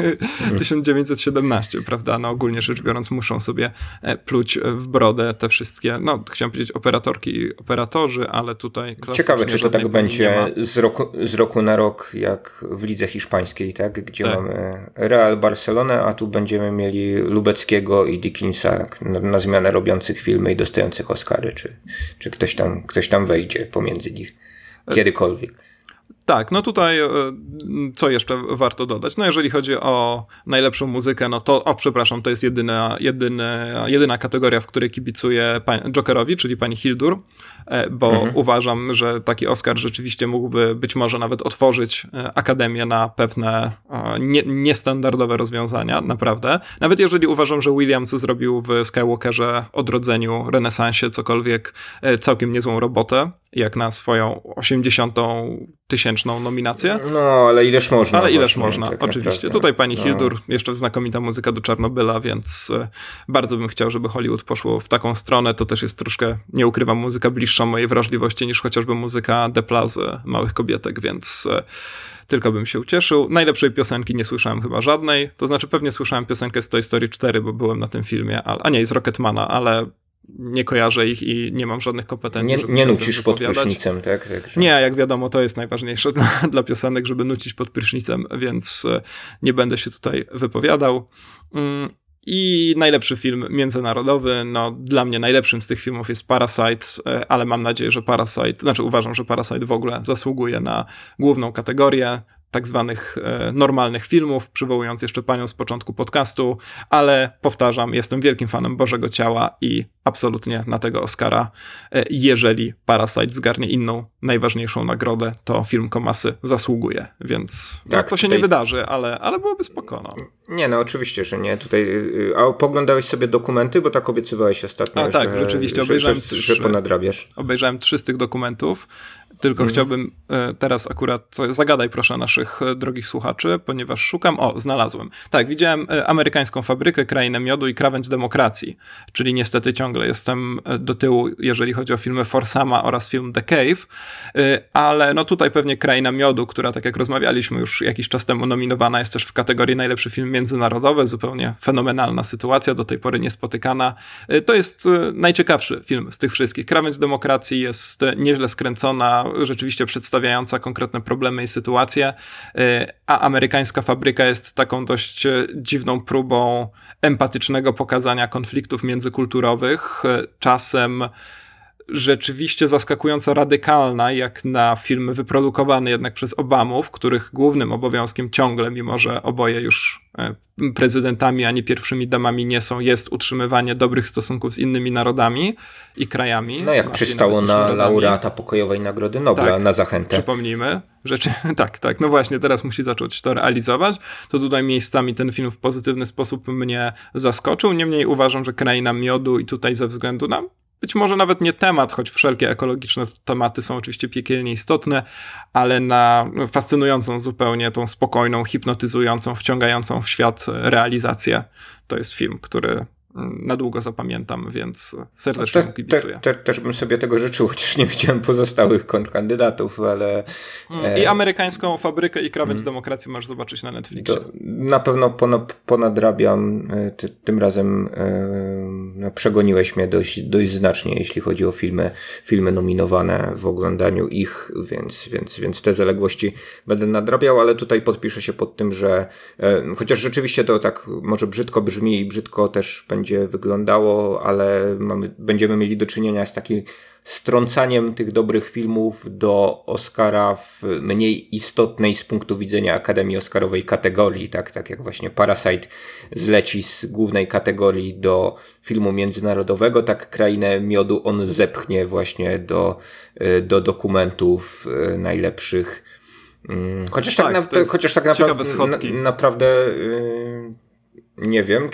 1917, prawda? Ogólnie rzecz biorąc muszą sobie pluć w brodę te wszystkie, chciałem powiedzieć operatorki i operatorzy, ale tutaj klasycznie... Ciekawe, czy to tak będzie z roku na rok, jak w lidze hiszpańskiej, tak? Gdzie mamy Real Barcelonę, a tu będziemy mieli Lubeckiego i Deakinsa na zmianę robiących filmy i dostających Oscary, czy ktoś tam wejdzie pomiędzy nich kiedykolwiek. Tak, tutaj co jeszcze warto dodać? Jeżeli chodzi o najlepszą muzykę, to jest jedyna kategoria, w której kibicuję Jokerowi, czyli pani Hildur, bo uważam, że taki Oscar rzeczywiście mógłby być może nawet otworzyć Akademię na pewne niestandardowe rozwiązania, naprawdę. Nawet jeżeli uważam, że Williams zrobił w Skywalkerze, Odrodzeniu, Renesansie cokolwiek całkiem niezłą robotę, jak na swoją 80. miesięczną nominację. No, ale ileż można. Ale ileż można, tak oczywiście. Naprawdę. Tutaj pani Hildur, jeszcze znakomita muzyka do Czarnobyla, więc bardzo bym chciał, żeby Hollywood poszło w taką stronę. To też jest troszkę, nie ukrywam, muzyka bliższa mojej wrażliwości niż chociażby muzyka De Plazy, Małych Kobietek, więc tylko bym się ucieszył. Najlepszej piosenki nie słyszałem chyba żadnej, to znaczy pewnie słyszałem piosenkę z Toy Story 4, bo byłem na tym filmie, a nie, z Rocketmana, ale nie kojarzę ich i nie mam żadnych kompetencji, żeby nie nucisz pod prysznicem, tak? Także. Nie, jak wiadomo, to jest najważniejsze dla piosenek, żeby nucić pod prysznicem, więc nie będę się tutaj wypowiadał. I najlepszy film międzynarodowy, no dla mnie najlepszym z tych filmów jest Parasite, ale mam nadzieję, że uważam, że Parasite w ogóle zasługuje na główną kategorię tak zwanych normalnych filmów, przywołując jeszcze panią z początku podcastu, ale powtarzam, jestem wielkim fanem Bożego Ciała i absolutnie na tego Oscara, jeżeli Parasite zgarnie inną, najważniejszą nagrodę, to film Komasy zasługuje, więc tak, to się nie wydarzy, ale byłoby spoko. No. Nie, no oczywiście, że nie. Tutaj, a poglądałeś sobie dokumenty, bo tak obiecywałeś ostatnio, tak, rzeczywiście obejrzałem że ponadrabiasz. Obejrzałem 3 z tych dokumentów. Tylko chciałbym teraz akurat, zagadaj proszę naszych drogich słuchaczy, ponieważ szukam, znalazłem. Tak, widziałem Amerykańską Fabrykę, Krainę Miodu i Krawędź Demokracji, czyli niestety ciągle jestem do tyłu, jeżeli chodzi o filmy Forsama oraz film The Cave, ale no tutaj pewnie Kraina Miodu, która tak jak rozmawialiśmy już jakiś czas temu nominowana jest też w kategorii najlepszy film międzynarodowy, zupełnie fenomenalna sytuacja, do tej pory niespotykana. To jest najciekawszy film z tych wszystkich. Krawędź Demokracji jest nieźle skręcona, rzeczywiście przedstawiająca konkretne problemy i sytuacje, a Amerykańska Fabryka jest taką dość dziwną próbą empatycznego pokazania konfliktów międzykulturowych, czasem rzeczywiście zaskakująco radykalna, jak na film wyprodukowany jednak przez Obamów, których głównym obowiązkiem ciągle, mimo że oboje już prezydentami, a nie pierwszymi damami nie są, jest utrzymywanie dobrych stosunków z innymi narodami i krajami. No jak przystało na laureata pokojowej Nagrody Nobla, tak, na zachętę. Przypomnijmy, tak, no właśnie, teraz musi zacząć to realizować. To tutaj miejscami ten film w pozytywny sposób mnie zaskoczył, niemniej uważam, że Kraina Miodu i tutaj ze względu na być może nawet nie temat, choć wszelkie ekologiczne tematy są oczywiście piekielnie istotne, ale na fascynującą zupełnie tą spokojną, hipnotyzującą, wciągającą w świat realizację. To jest film, który na długo zapamiętam, więc serdecznie mu kibicuję. Też bym sobie tego życzył, chociaż nie widziałem pozostałych kontrkandydatów, ale... I Amerykańską Fabrykę i Krawędź Demokracji masz zobaczyć na Netflixie. Na pewno ponadrabiam. Tym razem przegoniłeś mnie dość znacznie, jeśli chodzi o filmy nominowane w oglądaniu ich, więc te zaległości będę nadrabiał, ale tutaj podpiszę się pod tym, że chociaż rzeczywiście to tak może brzydko brzmi i brzydko też będzie wyglądało, ale będziemy mieli do czynienia z takim strącaniem tych dobrych filmów do Oscara w mniej istotnej z punktu widzenia Akademii Oscarowej kategorii, tak jak właśnie Parasite zleci z głównej kategorii do filmu międzynarodowego, tak Krainę Miodu on zepchnie właśnie do dokumentów najlepszych. Chociaż tak naprawdę nie wiem,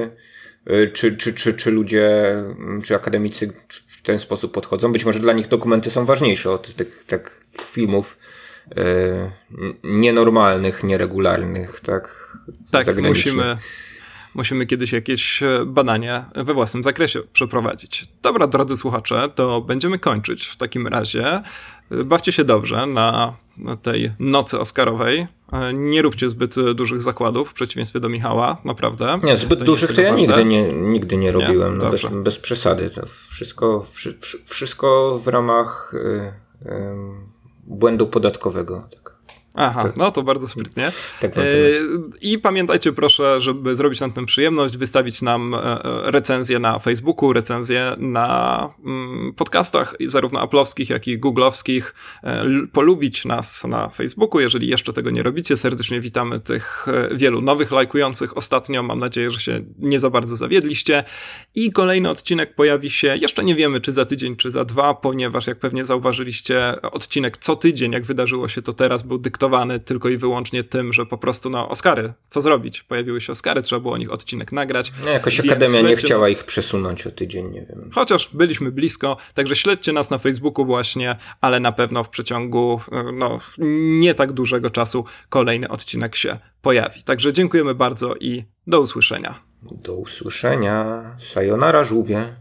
czy ludzie, czy akademicy w ten sposób podchodzą. Być może dla nich dokumenty są ważniejsze od tych tak filmów nienormalnych, nieregularnych, tak? Tak, musimy kiedyś jakieś badanie we własnym zakresie przeprowadzić. Dobra, drodzy słuchacze, to będziemy kończyć w takim razie. Bawcie się dobrze na tej nocy oscarowej. Nie róbcie zbyt dużych zakładów, w przeciwieństwie do Michała, naprawdę. Nie, zbyt dużych to ja nigdy nie robiłem, no bez przesady. To wszystko w ramach błędu podatkowego. Tak. Aha, no to bardzo sprytnie. I pamiętajcie proszę, żeby zrobić nam tę przyjemność, wystawić nam recenzję na Facebooku, recenzję na podcastach zarówno Apple'owskich, jak i Google'owskich, polubić nas na Facebooku, jeżeli jeszcze tego nie robicie. Serdecznie witamy tych wielu nowych lajkujących ostatnio. Mam nadzieję, że się nie za bardzo zawiedliście. I kolejny odcinek pojawi się, jeszcze nie wiemy, czy za tydzień, czy za 2, ponieważ jak pewnie zauważyliście, odcinek co tydzień, jak wydarzyło się to teraz, był dyktowany podyktowany tylko i wyłącznie tym, że po prostu Oscary, co zrobić? Pojawiły się Oscary, trzeba było o nich odcinek nagrać. Jakoś Akademia nie chciała ich przesunąć o tydzień, nie wiem. Chociaż byliśmy blisko, także śledźcie nas na Facebooku właśnie, ale na pewno w przeciągu nie tak dużego czasu kolejny odcinek się pojawi. Także dziękujemy bardzo i do usłyszenia. Do usłyszenia. Sayonara, żółwie.